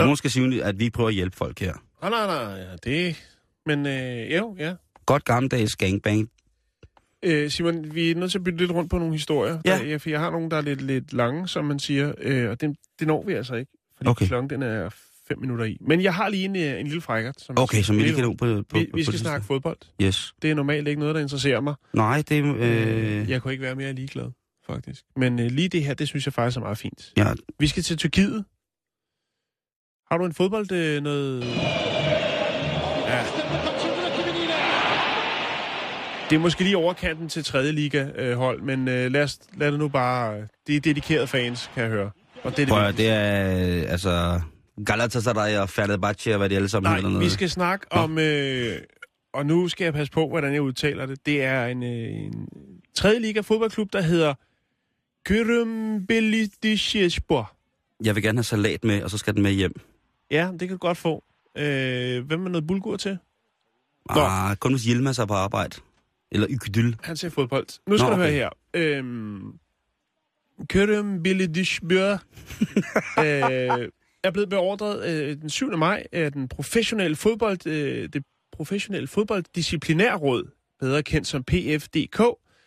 er måske sige, at vi prøver at hjælpe folk her. Nej, ja, det... Men jo, ja. Godt gammeldags gangbang. Simon, vi er nødt til at bytte lidt rundt på nogle historier. Ja. For jeg har nogle, der er lidt lange, som man siger, og det når vi altså ikke, fordi klokken den er 5 minutter i. Men jeg har lige en lille frækkert. Som vi lige kan nå på vi skal snakke fodbold. Yes. Det er normalt ikke noget, der interesserer mig. Nej, det... Jeg kunne ikke være mere ligeglad, faktisk. Men lige det her, det synes jeg faktisk er meget fint. Ja. Vi skal til Tyrkiet. Har du en fodbold noget... Ja. Det er måske lige overkanten til 3. liga-hold, men lad det nu bare... Det er dedikerede fans, kan jeg høre. Og det er altså Galatasaray og Fenerbahce og hvad de alle sammen hedder. Nej, vi skal snakke om... og nu skal jeg passe på, hvordan jeg udtaler det. Det er en 3. liga-fodboldklub, der hedder Kırımbelidişespor. Jeg vil gerne have salat med, og så skal den med hjem. Ja, det kan du godt få. Hvem er noget bulgur til? Kun hvis Yilmaz er på arbejde. Eller Ykydyl. Han ser fodbold. Nu skal du høre her. Kırımbelidişespor er blevet beordret den 7. maj af den professionelle det professionelle fodbolddisciplinærråd, bedre kendt som PFDK,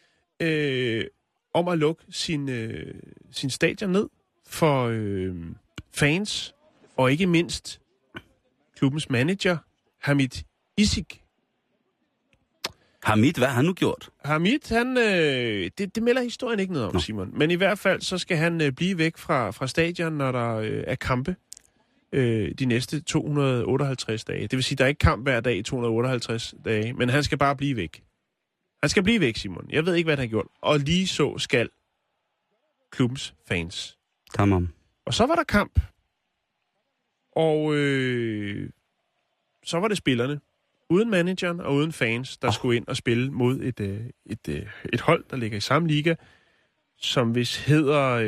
om at lukke sin stadion ned for fans, og ikke mindst klubbens manager, Hamid Isik. Hamid, hvad har han nu gjort? Hamid, det melder historien ikke noget om, Simon. Men i hvert fald, så skal han blive væk fra stadion, når der er kampe de næste 258 dage. Det vil sige, der er ikke kamp hver dag i 258 dage, men han skal bare blive væk. Han skal blive væk, Simon. Jeg ved ikke, hvad han har gjort. Og lige så skal klubbens fans. Come on. Og så var der kamp. Og så var det spillerne, uden manageren og uden fans, der skulle ind og spille mod et hold, der ligger i samme liga, som hvis hedder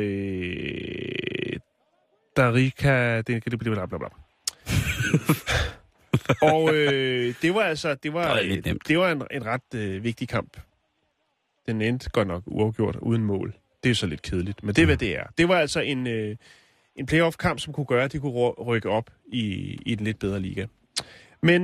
Darika... Det bla bla bla. Og det var en ret vigtig kamp. Den endte godt nok uafgjort uden mål. Det er jo så lidt kedeligt, men det er, hvad det er. Det var altså en playoff-kamp, som kunne gøre, at de kunne rykke op i den lidt bedre liga. Men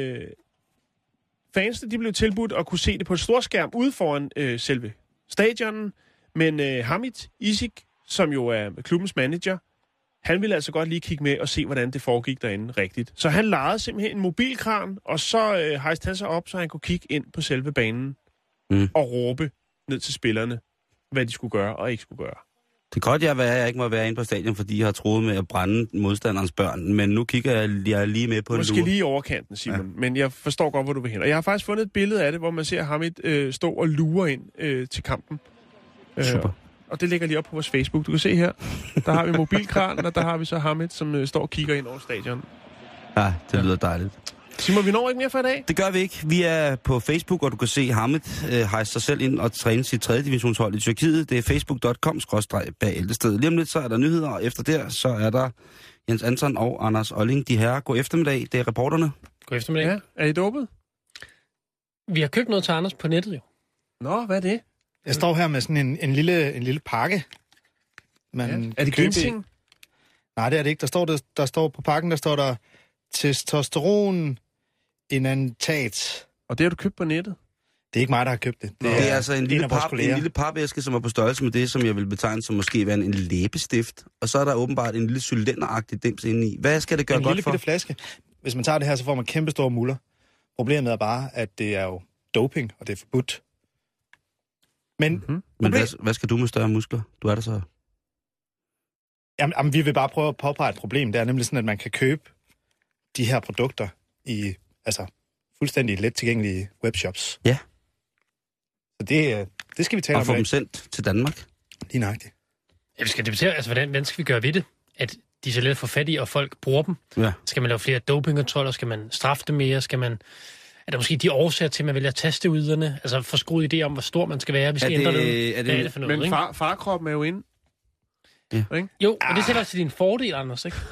fansene, de blev tilbudt at kunne se det på et storskærm ude foran selve stadionen. Men Hamid Isik, som jo er klubbens manager, han ville altså godt lige kigge med og se, hvordan det foregik derinde rigtigt. Så han lejede simpelthen en mobilkran, og så hejste han sig op, så han kunne kigge ind på selve banen og råbe ned til spillerne, hvad de skulle gøre og ikke skulle gøre. Det kan godt være, at jeg ikke må være inde på stadion, fordi jeg har troet med at brænde modstanderens børn, men nu kigger jeg lige med på en lure. Måske lige i overkanten, Simon, ja. Men jeg forstår godt, hvor du vil hen. Og jeg har faktisk fundet et billede af det, hvor man ser Hamid stå og lure ind til kampen. Super. Og det ligger lige op på vores Facebook. Du kan se her, der har vi mobilkranen, og der har vi så Hamid, som står og kigger ind over stadion. Ja, det lyder dejligt. Simon, vi når ikke mere for i dag? Det gør vi ikke. Vi er på Facebook, og du kan se Hamid hejse sig selv ind og træne sit 3. divisionshold i Tyrkiet. Det er facebook.com/bagæltested. Lige om lidt, så er der nyheder, og efter der, så er der Jens Anton og Anders Olling. De her, god eftermiddag. Det er reporterne. God eftermiddag. Ja, er I dopet? Vi har købt noget til Anders på nettet, jo. Nå, hvad er det? Jeg står her med sådan en lille pakke. Er det ginseng? Nej, det er det ikke. Der står på pakken, der står der testosteron inantat. Og det har du købt på nettet? Det er ikke mig, der har købt det. Det er altså en lille papvæske, som er på størrelse med det, som jeg vil betegne som måske være en læbestift. Og så er der åbenbart en lille cylinderagtig dims inde i. Hvad skal det gøre godt for? En lille bitte flaske. Hvis man tager det her, så får man kæmpe store muller. Problemet er bare, at det er jo doping, og det er forbudt. Men hvad skal du med større muskler? Du er der så... Jamen, vi vil bare prøve at påpege et problem. Det er nemlig sådan, at man kan købe de her produkter i fuldstændig let tilgængelige webshops. Ja. Så det skal vi tale om. Og få dem sendt til Danmark. Lige nøjagtigt. Ja, vi skal debattere, hvordan skal vi gøre ved det? At de er så let at få fat i, og folk bruger dem. Ja. Skal man lave flere dopingkontroller? Skal man straffe dem mere? Er der måske de årsager til, at man vælger testeuderne? Altså få skruet idé om, hvor stor man skal være, hvis vi ændrer noget. Hvad er det for noget, men farkroppen er jo inde. Ja. Jo, og det sætter til din fordel, Anders, ikke?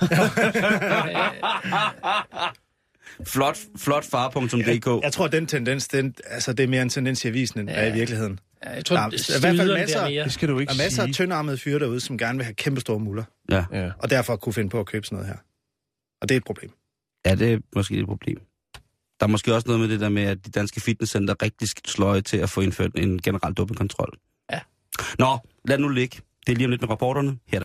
Flot far.dk. Jeg tror, at den tendens, det er mere en tendens i avisen, end i virkeligheden. Ja, jeg tror, der er i hvert fald det skal du ikke masser af tyndarmede fyre derude, som gerne vil have kæmpe store muller. Ja. Og derfor kunne finde på at købe sådan noget her. Og det er et problem. Ja, det er måske et problem. Der er måske også noget med det der med, at de danske fitnesscenter rigtig sløje til at få indført en generel dopingkontrol. Ja. Nå, lad nu ligge. Det er lige om lidt med rapporterne. Her